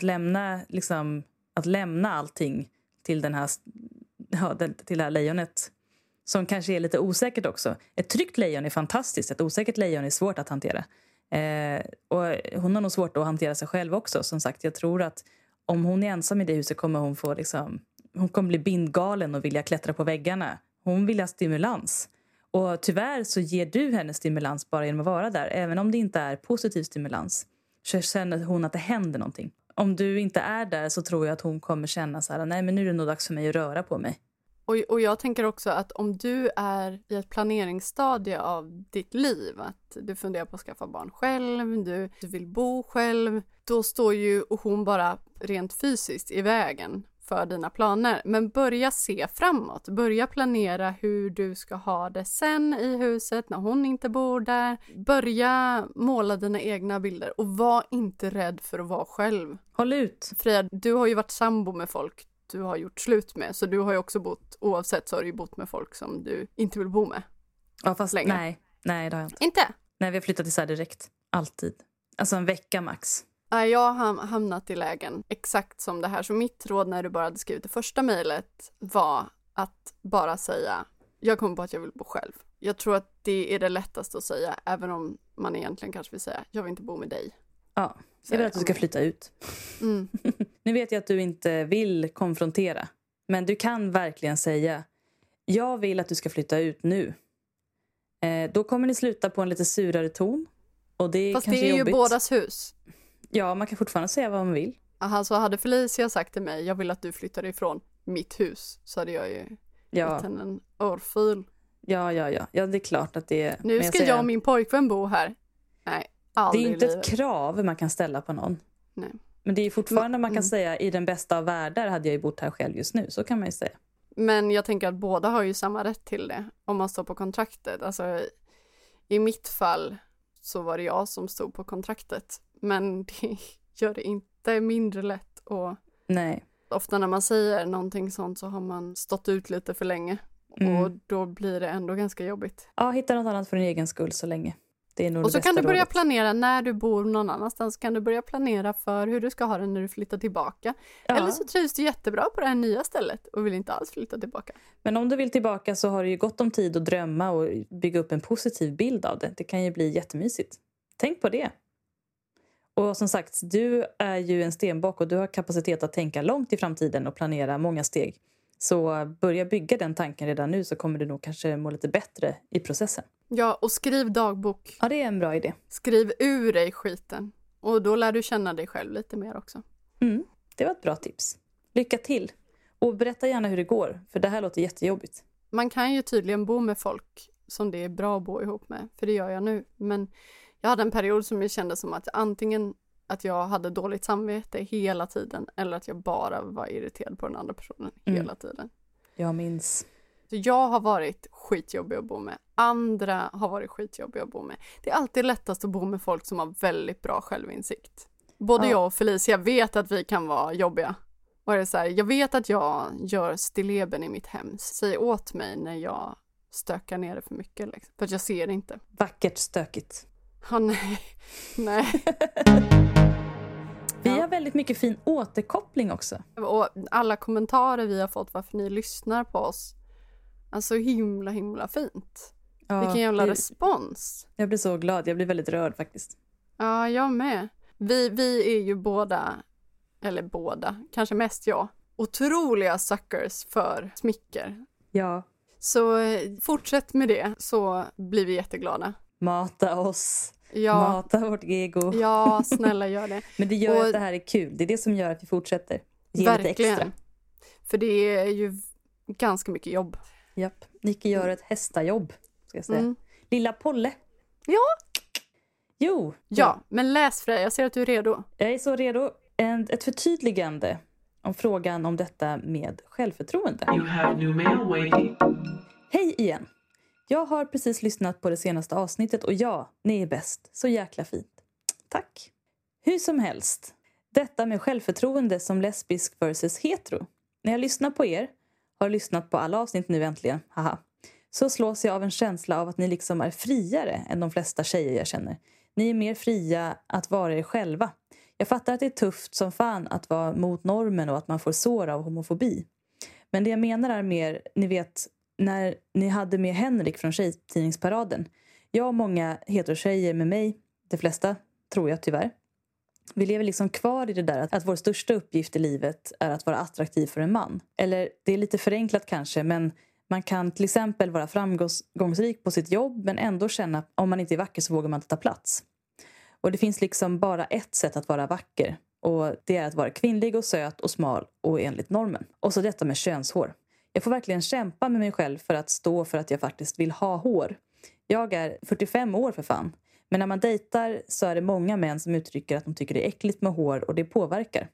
lämna allting till den här, till det här lejonet som kanske är lite osäkert också. Ett tryggt lejon är fantastiskt. Ett osäkert lejon är svårt att hantera. Och hon har nog svårt att hantera sig själv också. Som sagt, jag tror att om hon är ensam i det huset kommer hon få hon kommer bli bindgalen och vilja klättra på väggarna. Hon vill ha stimulans. Och tyvärr så ger du henne stimulans bara genom att vara där. Även om det inte är positiv stimulans så känner hon att det händer någonting. Om du inte är där så tror jag att hon kommer känna så här: nej men nu är det nog dags för mig att röra på mig. Och jag tänker också att om du är i ett planeringsstadie av ditt liv, att du funderar på att skaffa barn själv, du vill bo själv, då står ju hon bara rent fysiskt i vägen för dina planer. Men börja se framåt, börja planera hur du ska ha det sen i huset när hon inte bor där. Börja måla dina egna bilder och var inte rädd för att vara själv. Håll ut. Freja, du har ju varit sambo med folk du har gjort slut med. Så du har ju också bott, oavsett så har du ju bott med folk som du inte vill bo med. Ja, fast längre. Nej, det har jag inte. Inte? Nej, vi har flyttat isär direkt. Alltid. Alltså en vecka max. Ja, jag har hamnat i lägen exakt som det här. Så mitt råd när du bara hade skrivit det första mejlet var att bara säga: jag kommer på att jag vill bo själv. Jag tror att det är det lättaste att säga, även om man egentligen kanske vill säga: jag vill inte bo med dig. Ja, jag vill att du ska flytta ut. Nu vet jag att du inte vill konfrontera. Men du kan verkligen säga: jag vill att du ska flytta ut nu. Då kommer ni sluta på en lite surare ton. Och det fast kanske det är jobbigt. ju bådas hus. Ja, man kan fortfarande säga vad man vill. Aha, så hade Felicia sagt till mig: jag vill att du flyttar ifrån mitt hus, så hade jag ju gett henne en örfil. Ja, det är klart att det är... Nu ska jag och min pojkvän bo här. Nej, aldrig. Det är inte ett krav man kan ställa på någon. Nej. Men det är fortfarande man kan säga: i den bästa av världar hade jag ju bott här själv just nu. Så kan man ju säga. Men jag tänker att båda har ju samma rätt till det om man står på kontraktet. Alltså, i mitt fall så var det jag som stod på kontraktet. Men det gör det inte mindre lätt. Och nej. Ofta när man säger någonting sånt så har man stått ut lite för länge. Och då blir det ändå ganska jobbigt. Ja, hitta något annat för din egen skull så länge. Det är nog och så det bästa kan du börja rådet. Planera när du bor någon annanstans. Kan du börja planera för hur du ska ha det när du flyttar tillbaka. Ja. Eller så trivs du jättebra på det här nya stället och vill inte alls flytta tillbaka. Men om du vill tillbaka så har du ju gott om tid att drömma och bygga upp en positiv bild av det. Det kan ju bli jättemysigt. Tänk på det. Och som sagt, du är ju en stenbock och du har kapacitet att tänka långt i framtiden och planera många steg. Så börja bygga den tanken redan nu så kommer du nog kanske må lite bättre i processen. Ja, och skriv dagbok. Ja, det är en bra idé. Skriv ur dig skiten. Och då lär du känna dig själv lite mer också. Det var ett bra tips. Lycka till. Och berätta gärna hur det går, för det här låter jättejobbigt. Man kan ju tydligen bo med folk som det är bra att bo ihop med. För det gör jag nu. Men jag hade en period som jag kände som att antingen att jag hade dåligt samvete hela tiden eller att jag bara var irriterad på den andra personen hela tiden. Jag minns. Så jag har varit skitjobbig att bo med. Andra har varit skitjobbiga att bo med. Det är alltid lättast att bo med folk som har väldigt bra självinsikt. Både jag och Felicia vet att vi kan vara jobbiga. Och det är så här, jag vet att jag gör stilleben i mitt hem. Säg åt mig när jag stökar ner det för mycket. Liksom. För att jag ser det inte. Vackert stökigt. Ja, nej. Vi har väldigt mycket fin återkoppling också. Och alla kommentarer vi har fått varför ni lyssnar på oss. Alltså himla fint. Ja, vilken jävla respons. Jag blir så glad, jag blir väldigt rörd faktiskt. Ja, jag med. Vi är ju båda, kanske mest jag, otroliga suckers för smicker. Ja. Så fortsätt med det så blir vi jätteglada. Mata oss. Ja. Mata vårt ego. Ja, snälla gör det. Men det gör att det här är kul. Det är det som gör att vi fortsätter. Ge lite extra. För det är ju ganska mycket jobb. Japp. Nicky gör ett hästajobb, ska jag säga. Lilla Polle. Ja. Jo. Ja, men läs Freja, jag ser att du är redo. Jag är så redo. Ett förtydligande om frågan om detta med självförtroende. You have new mail waiting. Hej igen. Jag har precis lyssnat på det senaste avsnittet och ja, ni är bäst. Så jäkla fint. Tack. Hur som helst. Detta med självförtroende som lesbisk versus hetero. När jag lyssnar på er, har lyssnat på alla avsnitt nu äntligen, haha, så slås jag av en känsla av att ni liksom är friare än de flesta tjejer jag känner. Ni är mer fria att vara er själva. Jag fattar att det är tufft som fan att vara mot normen och att man får sår av homofobi. Men det jag menar är mer, ni vet, när ni hade med Henrik från Tjejtidningsparaden. Jag och många heterotjejer med mig, de flesta tror jag tyvärr. Vi lever liksom kvar i det där att vår största uppgift i livet är att vara attraktiv för en man. Eller det är lite förenklat kanske, men man kan till exempel vara framgångsrik på sitt jobb men ändå känna att om man inte är vacker så vågar man inte ta plats. Och det finns liksom bara ett sätt att vara vacker. Och det är att vara kvinnlig och söt och smal och enligt normen. Och så detta med könshår. Jag får verkligen kämpa med mig själv för att stå för att jag faktiskt vill ha hår. Jag är 45 år för fan. Men när man dejtar så är det många män som uttrycker att de tycker det är äckligt med hår och det påverkar.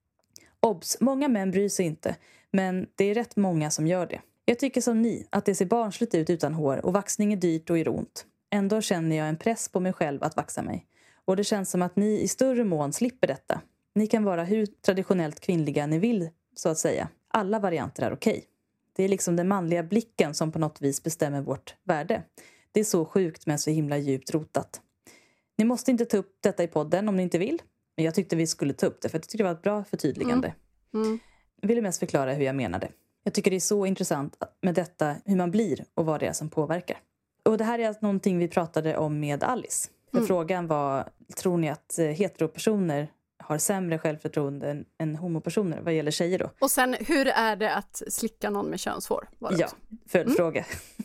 Obs, många män bryr sig inte. Men det är rätt många som gör det. Jag tycker som ni att det ser barnsligt ut utan hår och vaxning är dyrt och gör ont. Ändå känner jag en press på mig själv att vaxa mig. Och det känns som att ni i större mån slipper detta. Ni kan vara hur traditionellt kvinnliga ni vill, så att säga. Alla varianter är okej. Det är liksom den manliga blicken som på något vis bestämmer vårt värde. Det är så sjukt men så himla djupt rotat. Ni måste inte ta upp detta i podden om ni inte vill. Men jag tyckte vi skulle ta upp det för jag tyckte det var ett bra förtydligande. Jag ville mest förklara hur jag menade. Jag tycker det är så intressant med detta, hur man blir och vad det är som påverkar. Och det här är någonting vi pratade om med Alice. För frågan var, tror ni att heteropersoner har sämre självförtroende än homopersoner vad gäller tjejer då? Och sen, hur är det att slicka någon med könshår? Ja, följdfråga.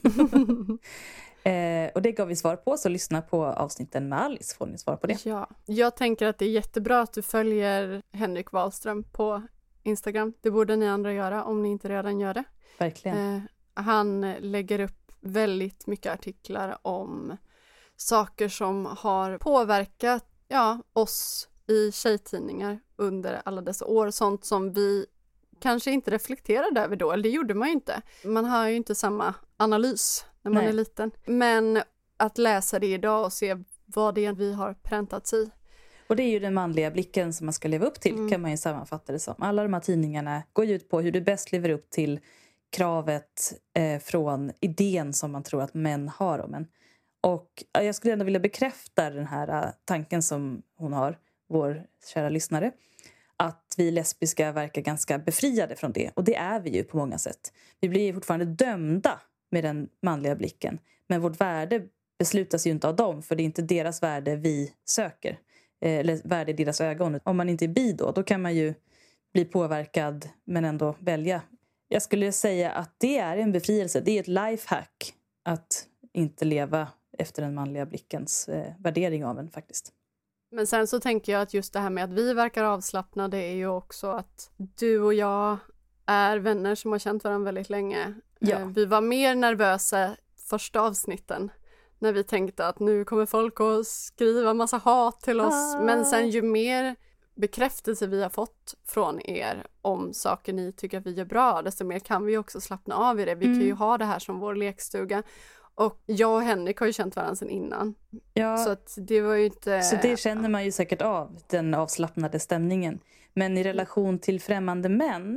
Och det gav vi svar på, så lyssna på avsnitten med Alice får ni svar på det. Ja, jag tänker att det är jättebra att du följer Henrik Wahlström på Instagram. Det borde ni andra göra om ni inte redan gör det. Verkligen. Han lägger upp väldigt mycket artiklar om saker som har påverkat oss i tjejtidningar under alla dessa år. Sånt som vi kanske inte reflekterade över då, eller det gjorde man ju inte. Man har ju inte samma analys när man är liten. Men att läsa det idag och se vad det är vi har präntats i. Och det är ju den manliga blicken som man ska leva upp till, kan man ju sammanfatta det som. Alla de här tidningarna går ju ut på hur du bäst lever upp till kravet från idén som man tror att män har om en. Och jag skulle ändå vilja bekräfta den här tanken som hon har, vår kära lyssnare. Att vi lesbiska verkar ganska befriade från det. Och det är vi ju på många sätt. Vi blir fortfarande dömda med den manliga blicken. Men vårt värde beslutas ju inte av dem. För det är inte deras värde vi söker. Eller värde i deras ögon. Om man inte är bi då kan man ju bli påverkad men ändå välja. Jag skulle säga att det är en befrielse. Det är ett lifehack att inte leva efter den manliga blickens värdering av en faktiskt. Men sen så tänker jag att just det här med att vi verkar avslappnade är ju också att du och jag är vänner som har känt varandra väldigt länge. Ja. Vi var mer nervösa första avsnitten när vi tänkte att nu kommer folk att skriva massa hat till oss. Men sen ju mer bekräftelse vi har fått från er om saker ni tycker att vi gör bra, desto mer kan vi också slappna av i det. Vi kan ju ha det här som vår lekstuga. Och jag och Henrik har ju känt varandra sedan innan. Ja, så att det var ju inte... Så det känner man ju säkert av, den avslappnade stämningen. Men i relation till främmande män...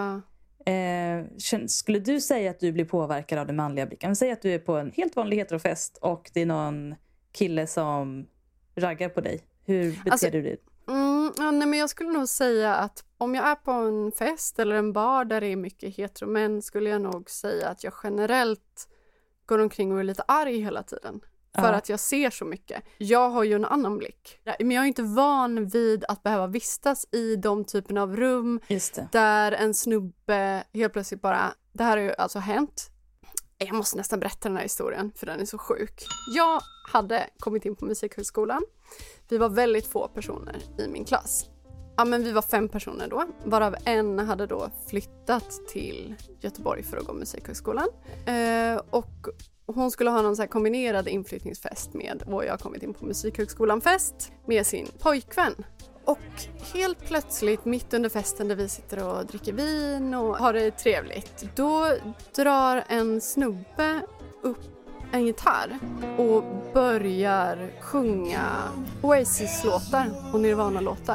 skulle du säga att du blir påverkad av den manliga blicken? Säg att du är på en helt vanlig heterofest och det är någon kille som raggar på dig. Hur beter du dig? Nej, men jag skulle nog säga att om jag är på en fest eller en bar där det är mycket heteromän skulle jag nog säga att jag generellt går omkring och är lite arg hela tiden. För att jag ser så mycket. Jag har ju en annan blick. Men jag är inte van vid att behöva vistas i de typen av rum. Där en snubbe helt plötsligt bara... Det här har ju alltså hänt. Jag måste nästan berätta den här historien för den är så sjuk. Jag hade kommit in på musikhögskolan. Vi var väldigt få personer i min klass. Ja, men vi var 5 personer då, varav en hade då flyttat till Göteborg för att gå musikhögskolan. Och hon skulle ha någon så här kombinerad inflyttningsfest med, och jag har kommit in på musikhögskolan-fest med sin pojkvän. Och helt plötsligt, mitt under festen där vi sitter och dricker vin och har det trevligt, då drar en snubbe upp en gitarr och börjar sjunga Oasis-låtar och Nirvana-låtar.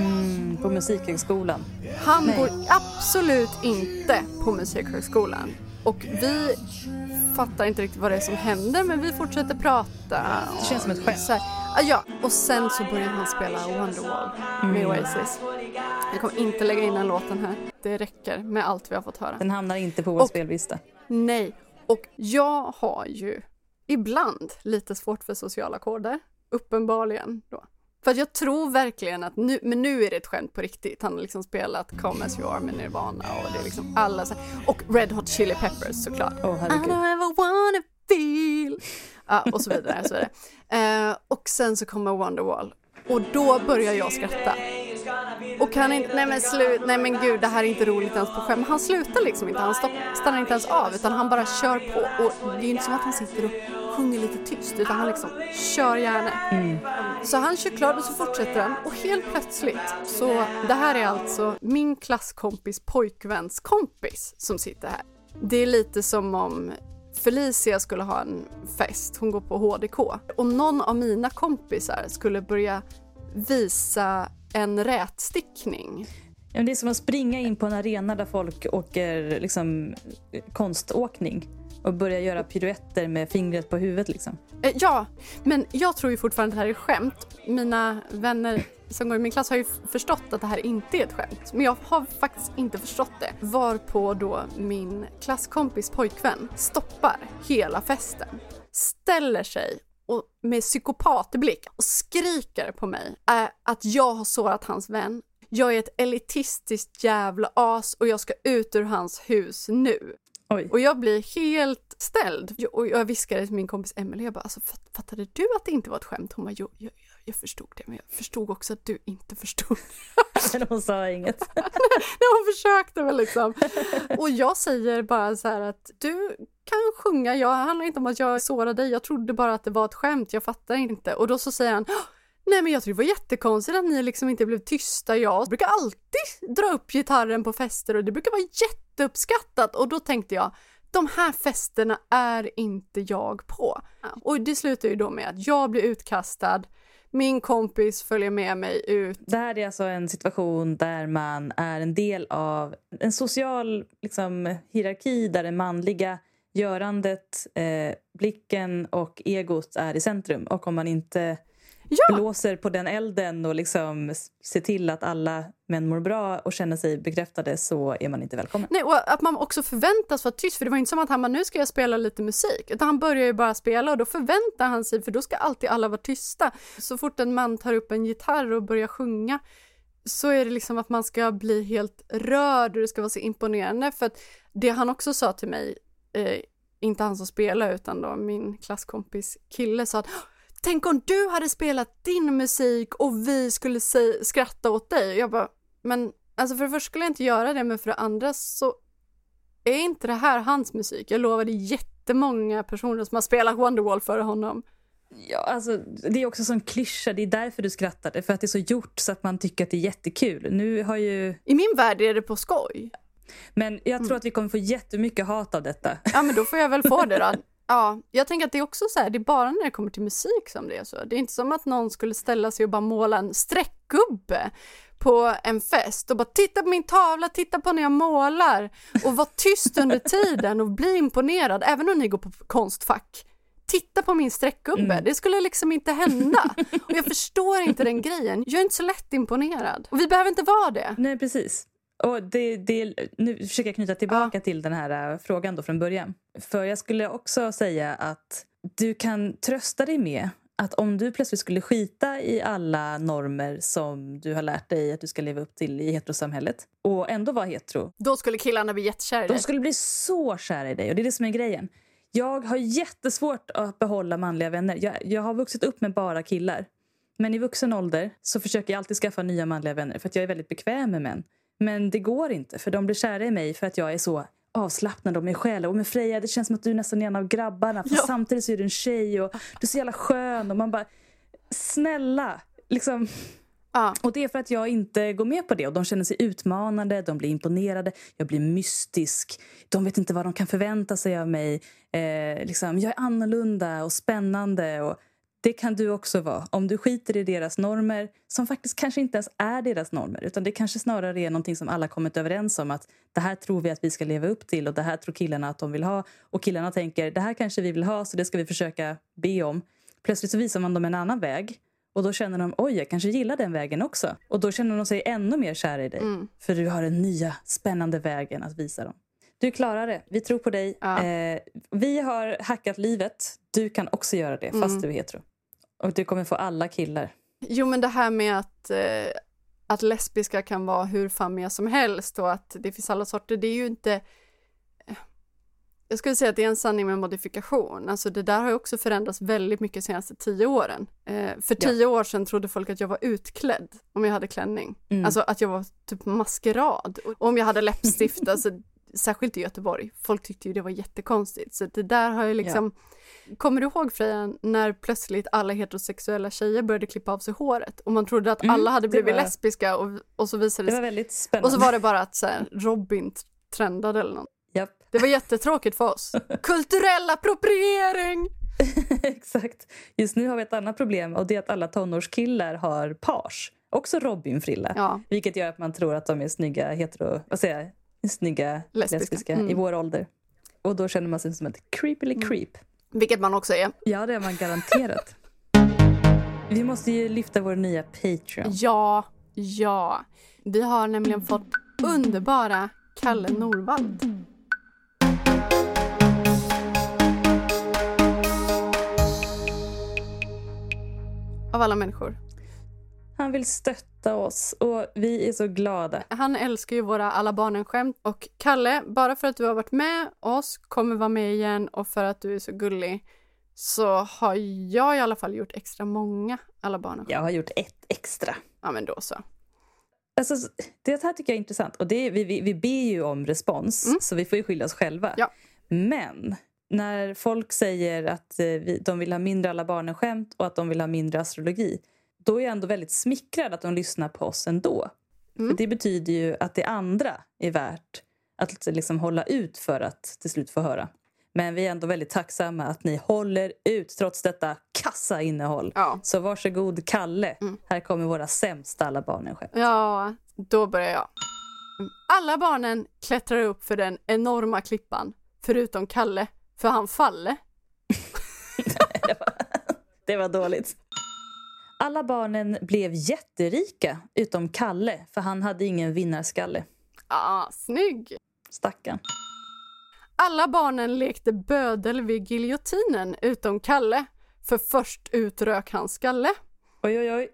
På musikhögskolan. Han går absolut inte på musikhögskolan. Och vi fattar inte riktigt vad det är som händer, men vi fortsätter prata. Det känns som ett skämt. Ja, och sen så börjar han spela Wonderwall med Oasis. Jag kommer inte lägga in den låten här. Det räcker med allt vi har fått höra. Den hamnar inte på vår spellista. Nej, och jag har ju ibland lite svårt för sociala koder. Uppenbarligen då. För att jag tror verkligen att nu är det ett skämt på riktigt. Han har liksom spelat Come As You Are med Nirvana och det är liksom alla så här, och Red Hot Chili Peppers såklart. I don't ever wanna feel. Ja, och så vidare, så vidare. Och sen så kommer Wonderwall. Och då börjar jag skratta. Och han inte, nej men gud, det här är inte roligt ens på skämt. Han slutar liksom inte, han stannar inte ens av, utan han bara kör på. Och det är inte som att han sitter och sjunger lite tyst, utan han liksom kör gärna. Så han kör klart och så fortsätter han. Och helt plötsligt, så det här är alltså min klasskompis pojkväns kompis som sitter här. Det är lite som om Felicia skulle ha en fest, hon går på HDK. Och någon av mina kompisar skulle börja visa en rätstickning. Ja, det är som att springa in på en arena där folk åker liksom konståkning och börja göra piruetter med fingret på huvudet liksom. Ja, men jag tror ju fortfarande att det här är skämt. Mina vänner som går i min klass har ju förstått att det här inte är ett skämt. Men jag har faktiskt inte förstått det. Varpå då min klasskompis pojkvän stoppar hela festen. Ställer sig och med psykopatblick och skriker på mig att jag har sårat hans vän. Jag är ett elitistiskt jävla as och jag ska ut ur hans hus nu. Oj. Och jag blir helt ställd. Och jag viskade till min kompis Emelie, jag bara, alltså, fattade du att det inte var ett skämt? Hon bara, jag förstod det, men jag förstod också att du inte förstod. Men hon sa inget. Nej, hon försökte väl liksom. Och jag säger bara så här att du kan sjunga, jag handlar inte om att jag sårade dig, jag trodde bara att det var ett skämt, jag fattar inte. Och då så säger han, nej men jag tror det var jättekonstigt att ni liksom inte blev tysta. Jag brukar alltid dra upp gitarren på fester och det brukar vara jätteuppskattat. Och då tänkte jag, de här festerna är inte jag på. Och det slutar ju då med att jag blir utkastad. Min kompis följer med mig ut. Det här är alltså en situation där man är en del av en social liksom, hierarki där det manliga görandet, blicken och egot är i centrum. Och om man inte blåser på den elden och liksom ser till att alla män mår bra och känner sig bekräftade, så är man inte välkommen. Nej, och att man också förväntas vara tyst, för det var inte som att han bara, nu ska jag spela lite musik, utan han börjar ju bara spela och då förväntar han sig, för då ska alltid alla vara tysta. Så fort en man tar upp en gitarr och börjar sjunga så är det liksom att man ska bli helt rörd och det ska vara så imponerande. För att det han också sa till mig, inte han som spelar utan då min klasskompis kille, sa att tänk om du hade spelat din musik och vi skulle skratta åt dig. Och jag bara, men alltså för det första skulle jag inte göra det, men för det andra så är inte det här hans musik. Jag lovade jättemånga personer som har spelat Wonderwall för honom. Ja, alltså det är också sån klyscha, det är därför du skrattade, för att det är så gjort så att man tycker att det är jättekul. Nu har ju... I min värld är det på skoj. Men jag tror att vi kommer få jättemycket hat av detta. Ja, men då får jag väl få det då. Ja, jag tänker att det är också så här, det är bara när det kommer till musik som det är så. Det är inte som att någon skulle ställa sig och bara måla en streckgubbe på en fest och bara titta på min tavla, titta på när jag målar och vara tyst under tiden och bli imponerad, även om ni går på konstfack. Titta på min streckgubbe, det skulle liksom inte hända. Och jag förstår inte den grejen. Jag är inte så lätt imponerad. Och vi behöver inte vara det. Nej, precis. Och nu försöker jag knyta tillbaka till den här frågan då från början. För jag skulle också säga att du kan trösta dig med att om du plötsligt skulle skita i alla normer som du har lärt dig att du ska leva upp till i heterosamhället och ändå vara hetero. Då skulle killarna bli jättekära i dig. De skulle bli så kära i dig, och det är det som är grejen. Jag har jättesvårt att behålla manliga vänner. Jag har vuxit upp med bara killar. Men i vuxen ålder så försöker jag alltid skaffa nya manliga vänner för att jag är väldigt bekväm med män. Men det går inte, för de blir kära i mig för att jag är så avslappnad om mig själv. Och med Freja, det känns som att du är nästan en av grabbarna. För samtidigt så är du en tjej och du är så jävla skön. Och man bara, snälla, liksom. Och det är för att jag inte går med på det. Och de känner sig utmanande, de blir imponerade. Jag blir mystisk. De vet inte vad de kan förvänta sig av mig. Liksom, jag är annorlunda och spännande. Och det kan du också vara. Om du skiter i deras normer, som faktiskt kanske inte ens är deras normer. Utan det kanske snarare är någonting som alla kommit överens om. Att det här tror vi att vi ska leva upp till. Och det här tror killarna att de vill ha. Och killarna tänker, det här kanske vi vill ha, så det ska vi försöka be om. Plötsligt så visar man dem en annan väg. Och då känner de, oj, jag kanske gillar den vägen också. Och då känner de sig ännu mer kära i dig. För du har den nya, spännande vägen att visa dem. Du klarar det. Vi tror på dig. Vi har hackat livet. Du kan också göra det, fast du är hetero. Och du kommer få alla killar. Jo, men det här med att lesbiska kan vara hur fammiga som helst och att det finns alla sorter, det är ju inte... Jag skulle säga att det är en sanning med modifikation. Alltså det där har ju också förändrats väldigt mycket de senaste 10 åren. För 10 år sedan trodde folk att jag var utklädd om jag hade klänning. Alltså att jag var typ maskerad. Och om jag hade läppstift, alltså, särskilt i Göteborg. Folk tyckte ju det var jättekonstigt. Så det där har ju liksom... Kommer du ihåg, Freja, när plötsligt alla heterosexuella tjejer började klippa av sig håret? Och man trodde att alla hade blivit lesbiska och så visade det sig... Det var väldigt spännande. Och så var det bara att så här, Robin trendade eller något. Japp. Det var jättetråkigt för oss. Kulturell appropriering! Exakt. Just nu har vi ett annat problem, och det är att alla tonårskillar har page. Också Robin-frilla. Ja. Vilket gör att man tror att de är snygga snygga lesbiska i vår ålder. Och då känner man sig som ett creepily creep. Vilket man också är. Ja, det är man garanterat. Vi måste ju lyfta vår nya Patreon. Ja. Vi har nämligen fått underbara Kalle Norvald. Av alla människor. Han vill stötta oss och vi är så glada. Han älskar ju våra alla barnen-skämt. Och Kalle, bara för att du har varit med oss, kommer vara med igen, och för att du är så gullig, så har jag i alla fall gjort extra många alla barnen-skämt. Jag har gjort ett extra. Ja, men då så. Alltså, det här tycker jag är intressant. Och det är, vi ber ju om respons, så vi får ju skilja oss själva. Ja. Men när folk säger att de vill ha mindre alla barnen-skämt och att de vill ha mindre astrologi, då är jag ändå väldigt smickrad att de lyssnar på oss ändå. För det betyder ju att det andra är värt att liksom hålla ut för att till slut få höra. Men vi är ändå väldigt tacksamma att ni håller ut trots detta kassa innehåll. Ja. Så varsågod Kalle. Här kommer våra sämsta alla barnen-skämt. Ja, då börjar jag. Alla barnen klättrar upp för den enorma klippan, förutom Kalle, för han faller. Det var dåligt. Alla barnen blev jätterika utom Kalle, för han hade ingen vinnarskalle. Snygg. Stackarn. Alla barnen lekte bödel vid giljotinen utom Kalle, för först utrök hans skalle. Oj.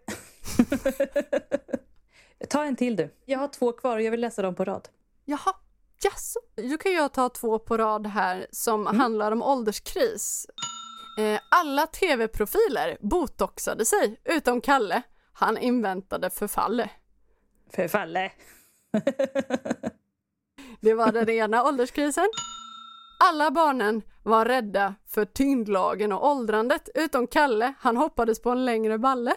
Ta en till du. Jag har 2 kvar och jag vill läsa dem på rad. Jaha, yes. Du kan jag ta 2 på rad här som handlar om ålderskris. Alla tv-profiler botoxade sig utom Kalle. Han inväntade förfalle. Det var den ena ålderskrisen. Alla barnen var rädda för tyngdlagen och åldrandet utom Kalle. Han hoppades på en längre balle.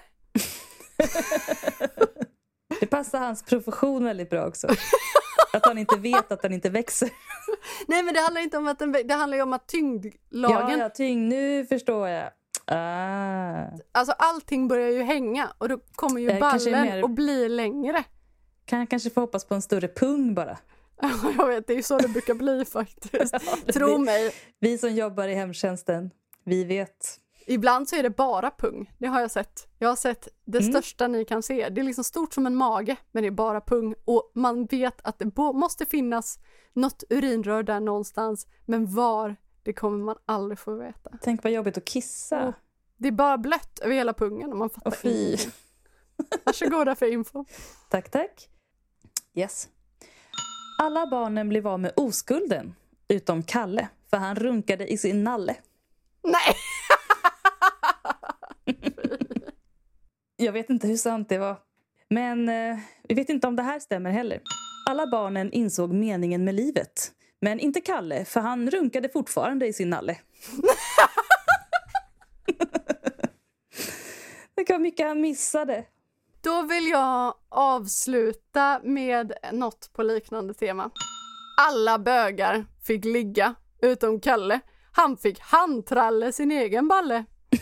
Det passar hans profession väldigt bra också. Att han inte vet att han inte växer. Nej, men det handlar inte om att det handlar ju om att tyngdlagen... Ja, nu förstår jag. Alltså allting börjar ju hänga och då kommer ju ballen och blir längre. Kan jag kanske få hoppas på en större pung bara? Jag vet, det är ju så det brukar bli faktiskt. Tro mig. Vi som jobbar i hemtjänsten, vi vet. Ibland så är det bara pung, det har jag sett. Jag har sett det största ni kan se. Det är liksom stort som en mage, men det är bara pung. Och man vet att det måste finnas något urinrör där någonstans. Men var, det kommer man aldrig få veta. Tänk vad jobbigt att kissa. Det är bara blött över hela pungen och man fattar inte. Varsågoda för info. Tack. Yes. Alla barnen blev av med oskulden, utom Kalle, för han runkade i sin nalle. Nej! Jag vet inte hur sant det var. Men vi vet inte om det här stämmer heller. Alla barnen insåg meningen med livet. Men inte Kalle, för han runkade fortfarande i sin nalle. Det var mycket han missade. Då vill jag avsluta med något på liknande tema. Alla bögar fick ligga, utom Kalle. Han fick handtralle sin egen balle.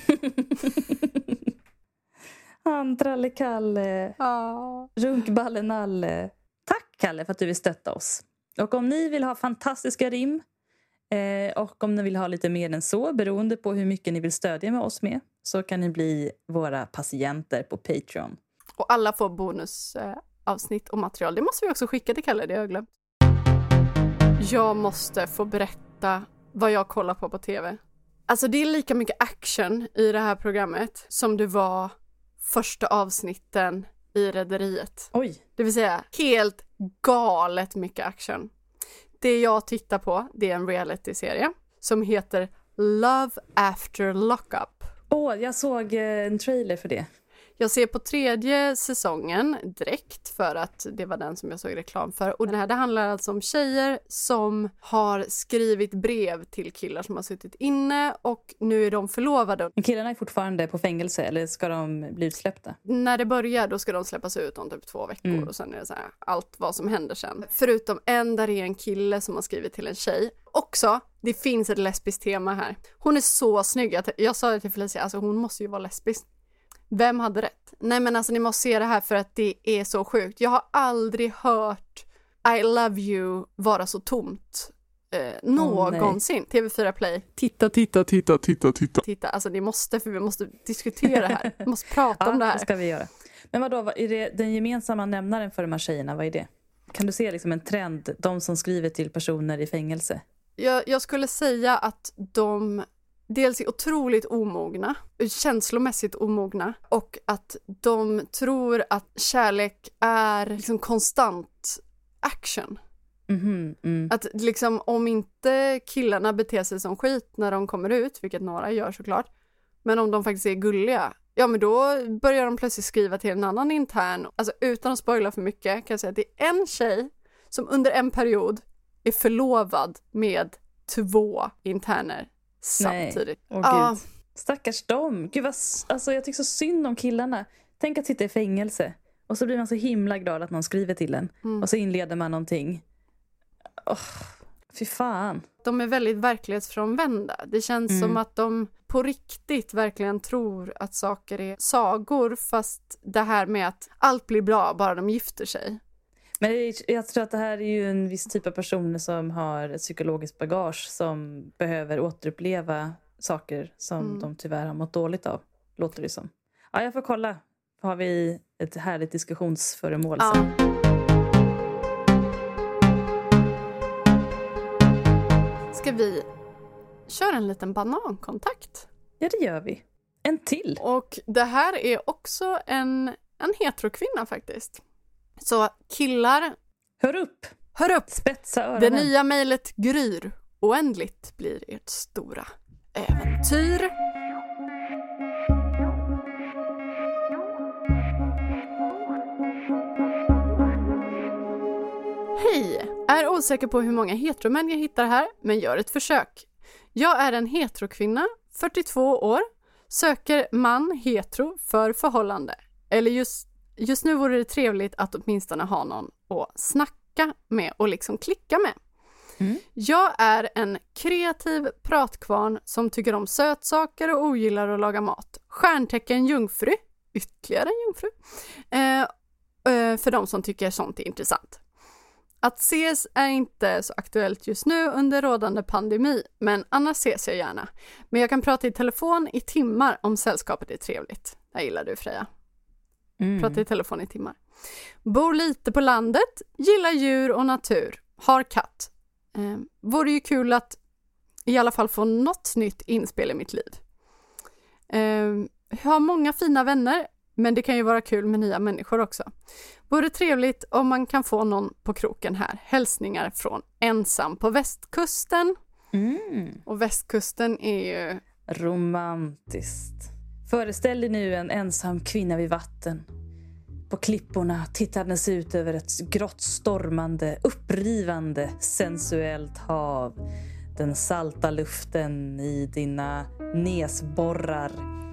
Handtralle Kalle. Ja. Runkballe Nalle. Tack Kalle för att du vill stötta oss. Och om ni vill ha fantastiska rim och om ni vill ha lite mer än så, beroende på hur mycket ni vill stödja med oss med, så kan ni bli våra patienter på Patreon. Och alla får bonusavsnitt och material. Det måste vi också skicka till Kalle, det har jag glömt. Jag måste få berätta vad jag kollar på tv. Alltså det är lika mycket action i det här programmet som det var första avsnitten i Rederiet. Oj. Det vill säga helt galet mycket action. Det jag tittar på, det är en reality-serie som heter Love After Lockup. Jag såg en trailer för det. Jag ser på 3:e säsongen direkt för att det var den som jag såg reklam för. Och det handlar alltså om tjejer som har skrivit brev till killar som har suttit inne och nu är de förlovade. Men killarna är fortfarande på fängelse eller ska de bli utsläppta? När det börjar då ska de släppas ut om typ 2 veckor och sen är det så här allt vad som händer sen. Förutom där är en kille som har skrivit till en tjej. Också, det finns ett lesbiskt tema här. Hon är så snygg. Jag sa det till Felicia, alltså hon måste ju vara lesbisk. Vem hade rätt? Nej men alltså ni måste se det här för att det är så sjukt. Jag har aldrig hört I love you vara så tomt någonsin. TV4 Play. Titta, alltså ni måste, för vi måste diskutera det här. Vi måste prata om det här. Ja, det ska vi göra. Men vad är det den gemensamma nämnaren för de här tjejerna? Vad är det? Kan du se liksom en trend, de som skriver till personer i fängelse? Jag skulle säga att de dels är otroligt omogna, känslomässigt omogna, och att de tror att kärlek är liksom konstant action. Att liksom om inte killarna beter sig som skit när de kommer ut, vilket några gör såklart, men om de faktiskt är gulliga, ja men då börjar de plötsligt skriva till en annan intern. Alltså utan att spoila för mycket kan jag säga att det är en tjej som under en period är förlovad med 2 interner samtidigt. Gud. Stackars dem. Gud alltså jag tycker så synd om killarna. Tänk att sitta i fängelse och så blir man så himla glad att någon skriver till en och så inleder man någonting. Fy fan. De är väldigt verklighetsfrånvända. Det känns som att de på riktigt verkligen tror att saker är sagor, fast det här med att allt blir bra bara de gifter sig. Men jag tror att det här är ju en viss typ av personer som har ett psykologiskt bagage som behöver återuppleva saker som de tyvärr har mått dåligt av, låter det som. Ja, jag får kolla. Har vi ett härligt diskussionsföremål sen. Ska vi köra en liten banankontakt? Ja, det gör vi. En till. Och det här är också en heterokvinna faktiskt. Så killar, hör upp! Hör upp! Spetsa öronen. Det nya mejlet gryr. Oändligt blir ert stora äventyr. Hej! Är osäker på hur många heteromän jag hittar här, men gör ett försök. Jag är en heterokvinna, 42 år, söker man hetero för förhållande. Eller just nu vore det trevligt att åtminstone ha någon att snacka med och liksom klicka med. Jag är en kreativ pratkvarn som tycker om sötsaker och ogillar att laga mat. Stjärntecken jungfru, ytterligare en jungfru, för de som tycker sånt är intressant. Att ses är inte så aktuellt just nu under rådande pandemi, men annars ses jag gärna. Men jag kan prata i telefon i timmar om sällskapet är trevligt. Jag gillar du, Freja. Prata i telefon i timmar. Bor lite på landet, gillar djur och natur, har katt. Vore ju kul att i alla fall få något nytt inspel i mitt liv. Har många fina vänner, men det kan ju vara kul med nya människor också. Vore trevligt om man kan få någon på kroken här. Hälsningar från ensam på västkusten. Och västkusten är ju romantiskt. Föreställ dig nu en ensam kvinna vid vatten. På klipporna tittandes ut över ett grått stormande, upprivande, sensuellt hav. Den salta luften i dina näsborrar.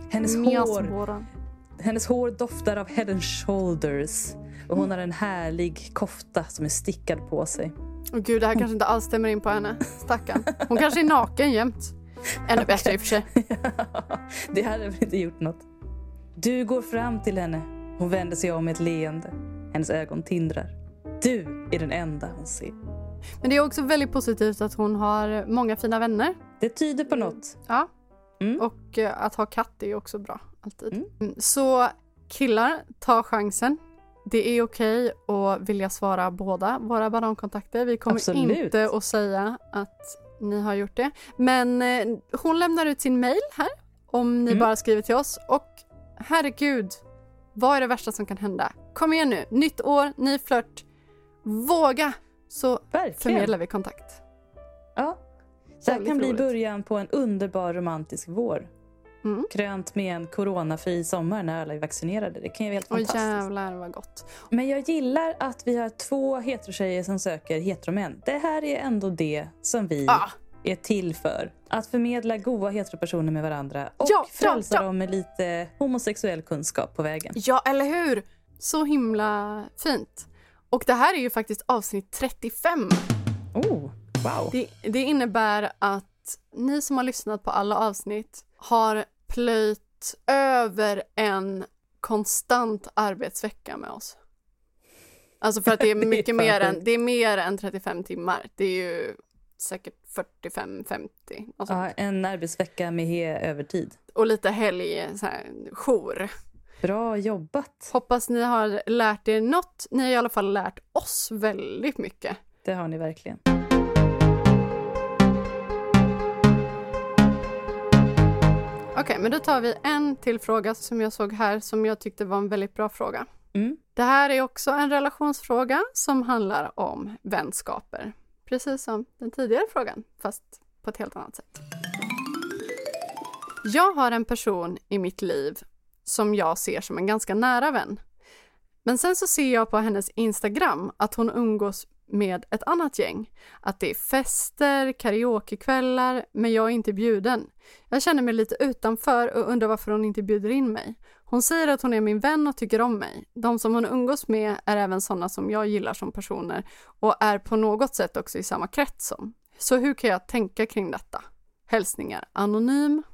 Hennes hår doftar av Head and Shoulders. Och hon har en härlig kofta som är stickad på sig. Åh gud, det här kanske inte alls stämmer in på henne. Stackarn. Hon kanske är naken jämt. Ännu bättre i och för sig. Det hade väl inte gjort något. Du går fram till henne. Hon vänder sig om med ett leende. Hennes ögon tindrar. Du är den enda hon ser. Men det är också väldigt positivt att hon har många fina vänner. Det tyder på något. Ja. Och att ha katt är också bra. Alltid. Så killar, ta chansen. Det är okej att vilja svara båda våra banankontakter. Vi kommer inte att säga att ni har gjort det. Men hon lämnar ut sin mail här. Om ni bara skriver till oss. Och herregud, vad är det värsta som kan hända? Kom igen nu, nytt år, ny flört. Våga, så förmedlar vi kontakt. Ja, det här kan bli början på en underbar romantisk vår. Krönt med en coronafri sommar när alla är vaccinerade. Det kan ju vara helt fantastiskt. Jävlar vad gott. Men jag gillar att vi har 2 heterotjejer som söker heteromän. Det här är ändå det som vi är till för. Att förmedla goda heteropersoner med varandra. Och frälsa dem med lite homosexuell kunskap på vägen. Ja, eller hur? Så himla fint. Och det här är ju faktiskt avsnitt 35. Oh, wow. Det innebär att ni som har lyssnat på alla avsnitt har plöjt över en konstant arbetsvecka med oss. Alltså för att det är mycket mer än 35 timmar. Det är ju säkert 45-50. Ja, en arbetsvecka med övertid. Och lite helg, så här, jour. Bra jobbat. Hoppas ni har lärt er något. Ni har i alla fall lärt oss väldigt mycket. Det har ni verkligen. Okej, men då tar vi en till fråga som jag såg här som jag tyckte var en väldigt bra fråga. Det här är också en relationsfråga som handlar om vänskaper. Precis som den tidigare frågan, fast på ett helt annat sätt. Jag har en person i mitt liv som jag ser som en ganska nära vän. Men sen så ser jag på hennes Instagram att hon umgås med ett annat gäng. Att det är fester, karaokekvällar, men jag är inte bjuden. Jag känner mig lite utanför och undrar varför hon inte bjuder in mig. Hon säger att hon är min vän och tycker om mig. De som hon umgås med är även sådana som jag gillar som personer och är på något sätt också i samma krets som. Så hur kan jag tänka kring detta? Hälsningar anonym.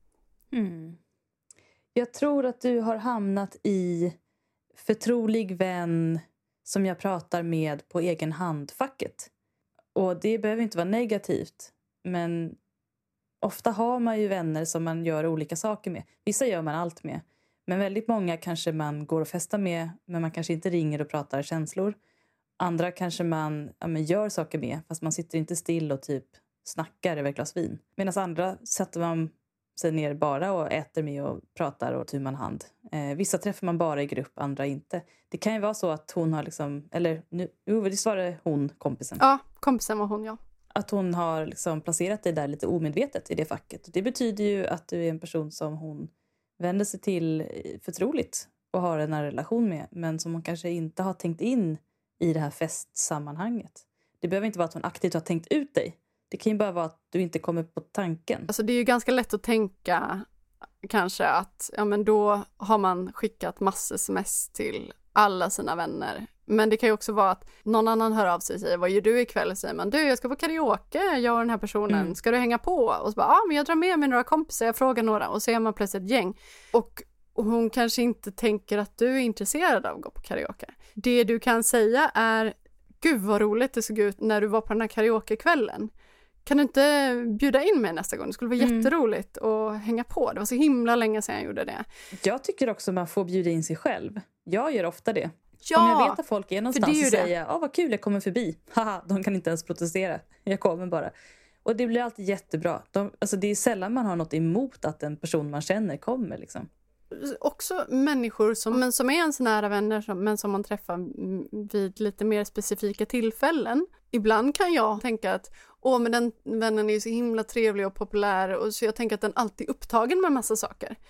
Jag tror att du har hamnat i förtrolig vän som jag pratar med på egen hand-facket. Och det behöver inte vara negativt. Men ofta har man ju vänner som man gör olika saker med. Vissa gör man allt med. Men väldigt många kanske man går och festar med. Men man kanske inte ringer och pratar känslor. Andra kanske man gör saker med. Fast man sitter inte still och typ snackar över ett glas vin. Medan andra sätter man sig ner bara och äter med och pratar och tar man hand. Vissa träffar man bara i grupp, andra inte. Det kan ju vara så att hon har liksom, eller nu, det svarade hon, kompisen. Ja, kompisen var hon, ja. Att hon har liksom placerat dig där lite omedvetet i det facket. Det betyder ju att du är en person som hon vänder sig till förtroligt och har en relation med. Men som hon kanske inte har tänkt in i det här festsammanhanget. Det behöver inte vara att hon aktivt har tänkt ut dig. Det kan ju bara vara att du inte kommer på tanken. Alltså det är ju ganska lätt att tänka kanske att då har man skickat massor sms till alla sina vänner. Men det kan ju också vara att någon annan hör av sig och säger, vad gör du ikväll? Och säger man, jag ska på karaoke, jag och den här personen, ska du hänga på? Och så bara, men jag drar med mig några kompisar, jag frågar några. Och så är man plötsligt ett gäng. Och hon kanske inte tänker att du är intresserad av att gå på karaoke. Det du kan säga är, gud vad roligt det såg ut när du var på den här karaokekvällen. Kan du inte bjuda in mig nästa gång? Det skulle vara jätteroligt att hänga på. Det var så himla länge sedan jag gjorde det. Jag tycker också man får bjuda in sig själv. Jag gör ofta det. Ja, om jag vet att folk är någonstans och säger, vad kul, jag kommer förbi. Haha, de kan inte ens protestera. Jag kommer bara. Och det blir alltid jättebra. Det är sällan man har något emot att en person man känner kommer liksom. Också människor som är ens nära vänner men som man träffar vid lite mer specifika tillfällen. Ibland kan jag tänka att men den vännen är så himla trevlig och populär och så jag tänker att den alltid är upptagen med massa saker.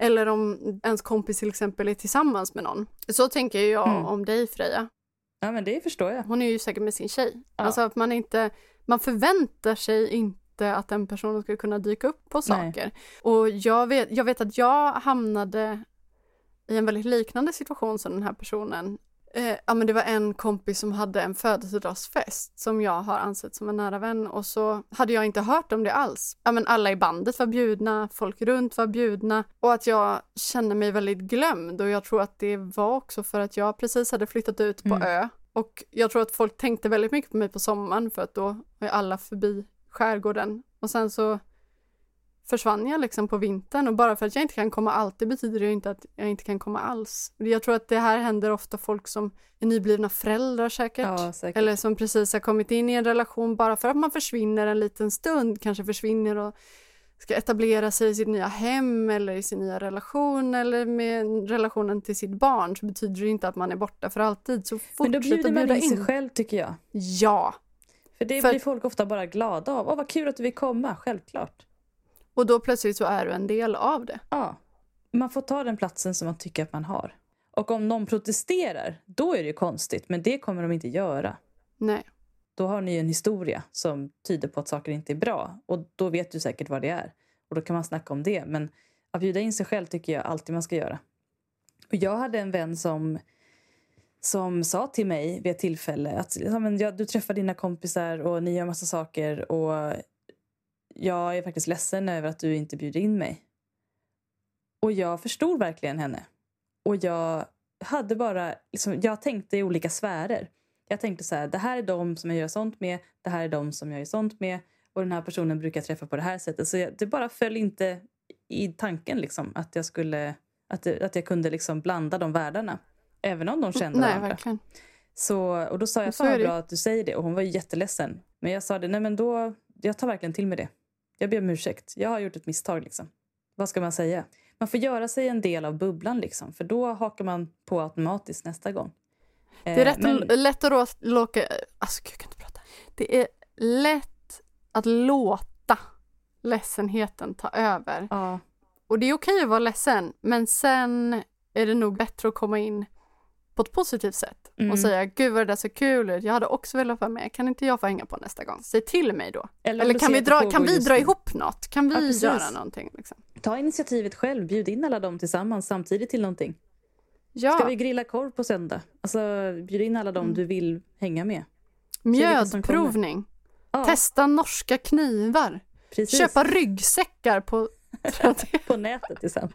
Eller om ens kompis till exempel är tillsammans med någon. Så tänker jag om dig, Freja. Ja, men det förstår jag. Hon är ju säkert med sin tjej. Ja. Alltså att man förväntar sig inte att den personen ska kunna dyka upp på saker. Nej. Och jag vet att jag hamnade i en väldigt liknande situation som den här personen. Men det var en kompis som hade en födelsedagsfest som jag har ansett som en nära vän, och så hade jag inte hört om det alls. Men alla i bandet var bjudna, folk runt var bjudna, och att jag kände mig väldigt glömd, och jag tror att det var också för att jag precis hade flyttat ut på ö, och jag tror att folk tänkte väldigt mycket på mig på sommaren för att då var alla förbi skärgården, och sen så försvann jag liksom på vintern, och bara för att jag inte kan komma alltid betyder det ju inte att jag inte kan komma alls. Jag tror att det här händer ofta folk som är nyblivna föräldrar säkert. Ja, säkert. Eller som precis har kommit in i en relation, bara för att man försvinner en liten stund, kanske försvinner och ska etablera sig i sitt nya hem eller i sin nya relation eller med relationen till sitt barn, så betyder det inte att man är borta för alltid. Så men då bjuder man in sig själv, tycker jag. Ja. För det blir folk ofta bara glada av. Vad kul att du vill komma, självklart. Och då plötsligt så är du en del av det. Ja, man får ta den platsen som man tycker att man har. Och om någon protesterar, då är det ju konstigt. Men det kommer de inte göra. Nej. Då har ni en historia som tyder på att saker inte är bra. Och då vet du säkert vad det är. Och då kan man snacka om det. Men att bjuda in sig själv tycker jag alltid man ska göra. Och jag hade en vän som sa till mig vid ett tillfälle att du träffar dina kompisar och ni gör massa saker, och jag är faktiskt ledsen över att du inte bjuder in mig. Och jag förstod verkligen henne. Och jag hade bara, jag tänkte i olika sfärer. Jag tänkte så här, det här är de som jag gör sånt med, det här är de som jag gör sånt med, och den här personen brukar jag träffa på det här sättet. Så det bara föll inte i tanken liksom, att jag skulle, att jag kunde liksom blanda de världarna. Även om de kände varandra. Verkligen. Och då sa jag, fan bra att du säger det. Och hon var ju jätteledsen. Men jag sa det, nej men då, jag tar verkligen till med det. Jag ber om ursäkt. Jag har gjort ett misstag liksom. Vad ska man säga? Man får göra sig en del av bubblan liksom. För då hakar man på automatiskt nästa gång. Det är lätt att låta... Alltså, jag kan inte prata. Det är lätt att låta ledsenheten ta över. Ja. Och det är okej att vara ledsen. Men sen är det nog bättre att komma in på ett positivt sätt. Och säga, gud vad det är så kul. Jag hade också velat vara med. Kan inte jag få hänga på nästa gång? Säg till mig då. Eller kan vi dra ihop något? Kan vi göra någonting? Liksom? Ta initiativet själv. Bjud in alla dem tillsammans samtidigt till någonting. Ja. Ska vi grilla korv på söndag? Alltså, bjud in alla dem du vill hänga med. Mjödprovning. Testa norska knivar. Precis. Köpa ryggsäckar på på nätet tillsammans.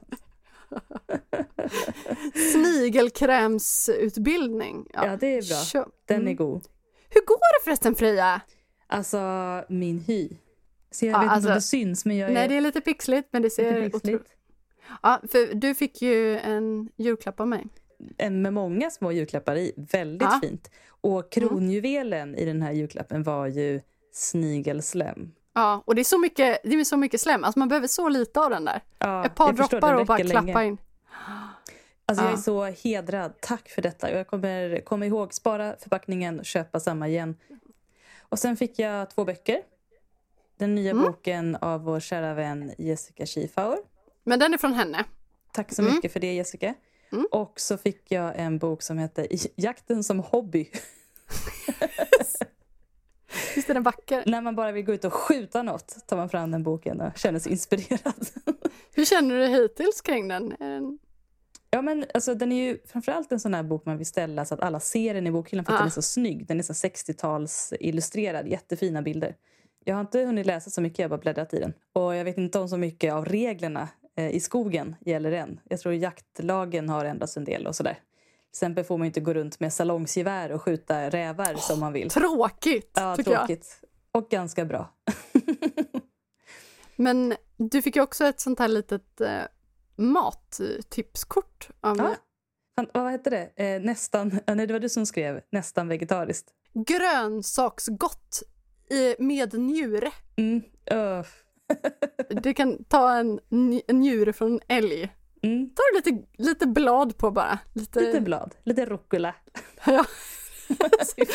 Snigelkrämsutbildning. Ja, det är bra. Den är god. Hur går det förresten, Freja? Alltså, min hy. Så jag vet inte om det syns, men jag är... Nej, det är lite pixligt, men det ser otroligt. Ja, för du fick ju en julklapp av mig. En med många små julklappar i. Väldigt fint. Och kronjuvelen i den här julklappen var ju snigelslem. Ja, och det är så mycket slem. Alltså man behöver så lite av den där. Ja, ett par droppar och bara klappa in. Alltså jag är så hedrad. Tack för detta. Jag kommer komma ihåg, spara förpackningen och köpa samma igen. Och sen fick jag 2 böcker. Den nya boken av vår kära vän Jessica Schiefauer. Men den är från henne. Tack så mycket för det, Jessica. Och så fick jag en bok som heter Jakten som hobby. Visst är den vacker? När man bara vill gå ut och skjuta något tar man fram den boken och känner sig inspirerad. Hur känner du hittills kring den? Ja, men alltså, den är ju framförallt en sån här bok man vill ställa så att alla ser den i bokhyllan för att den är så snygg. Den är så 60-tals illustrerad, jättefina bilder. Jag har inte hunnit läsa så mycket, jag har bara bläddrat i den. Och jag vet inte om så mycket av reglerna i skogen gäller än. Jag tror jaktlagen har ändrats en del och sådär. Till exempel får man inte gå runt med salongsgevär och skjuta rävar som man vill. Tråkigt, ja, tråkigt. Jag. Och ganska bra. Men du fick ju också ett sånt här litet mattipskort av mig. Vad hette det? Nästan, nej, det var du som skrev. Nästan vegetariskt. Grönsaksgott med njure. Du kan ta en njure från en älg. Ta lite blad på bara. Lite blad. Lite rucola. Ja.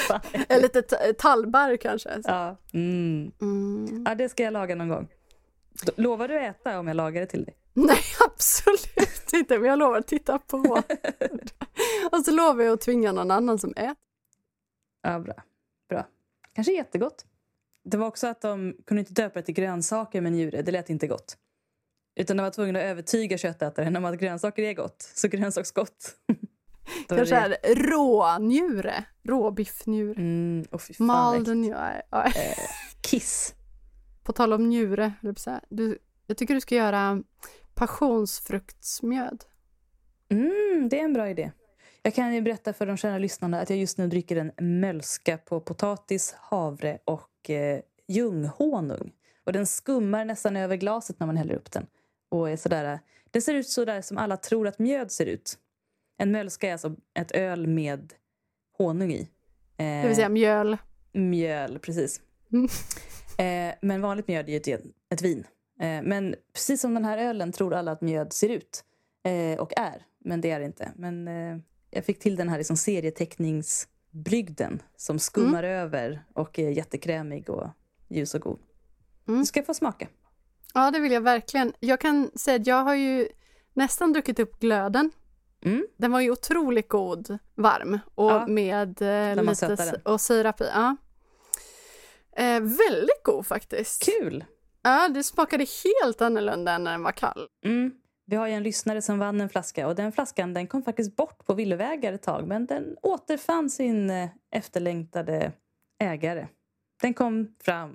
Eller lite tallbar kanske. Ja. Ja, det ska jag laga någon gång. Lovar du äta om jag lagar det till dig? Nej, absolut inte. Men jag lovar att titta på. Och så lovar jag att tvinga någon annan som äter. Ja, bra. Kanske jättegott. Det var också att de kunde inte döpa det till grönsaker med njure. Det lät inte gott. Utan de var tvungna att övertyga köttätaren om att grönsaker är gott. Så grönsaksgott. Kanske är det rånjure. Råbiffnjure. Mald njure. Kiss. På tal om njure. Jag tycker du ska göra passionsfruktsmjöd. Det är en bra idé. Jag kan ju berätta för de kära lyssnarna att jag just nu dricker en mölska på potatis, havre och ljunghonung. Och den skummar nästan över glaset när man häller upp den. Och är sådär, det ser ut sådär som alla tror att mjöd ser ut. En mölska är alltså ett öl med honung i. Det vill säga mjöl. Mjöl, precis. Men vanligt mjöd är ju ett vin. Men precis som den här ölen tror alla att mjöd ser ut. Och är. Men det är det inte. Men jag fick till den här liksom serieteckningsbrygden som skummar över och är jättekrämig och ljus och god. Du ska få smaka. Ja, det vill jag verkligen. Jag kan säga att jag har ju nästan druckit upp glöden. Den var ju otroligt god, varm och med lite och sirap i. Ja. Väldigt god faktiskt. Kul! Ja, det smakade helt annorlunda än när den var kall. Vi har ju en lyssnare som vann en flaska och den flaskan den kom faktiskt bort på villovägar ett tag. Men den återfann sin efterlängtade ägare. Den kom fram.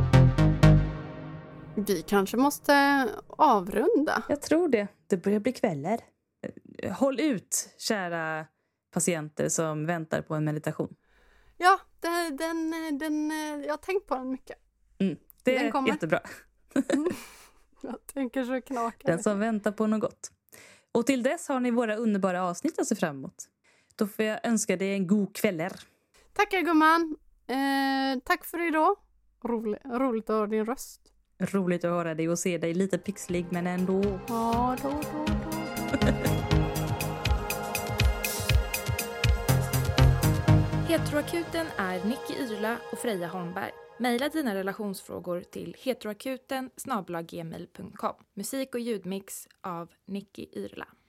Vi kanske måste avrunda. Jag tror det. Det börjar bli kvällar. Håll ut, kära patienter som väntar på en meditation. Ja, jag har tänkt på den mycket. Det är jättebra. Jag tänker så knakar. Den som väntar på något gott. Och till dess har ni våra underbara avsnitt att se fram emot. Då får jag önska dig en god kvällar. Tackar gumman. Tack för idag. Roligt att höra din röst. Roligt att höra dig och se dig lite pixlig men ändå. Ja, då. Heteroakuten är Nicky Yrla och Freja Holmberg. Maila dina relationsfrågor till heteroakuten@gmail.com. Musik och ljudmix av Nicky Yrla.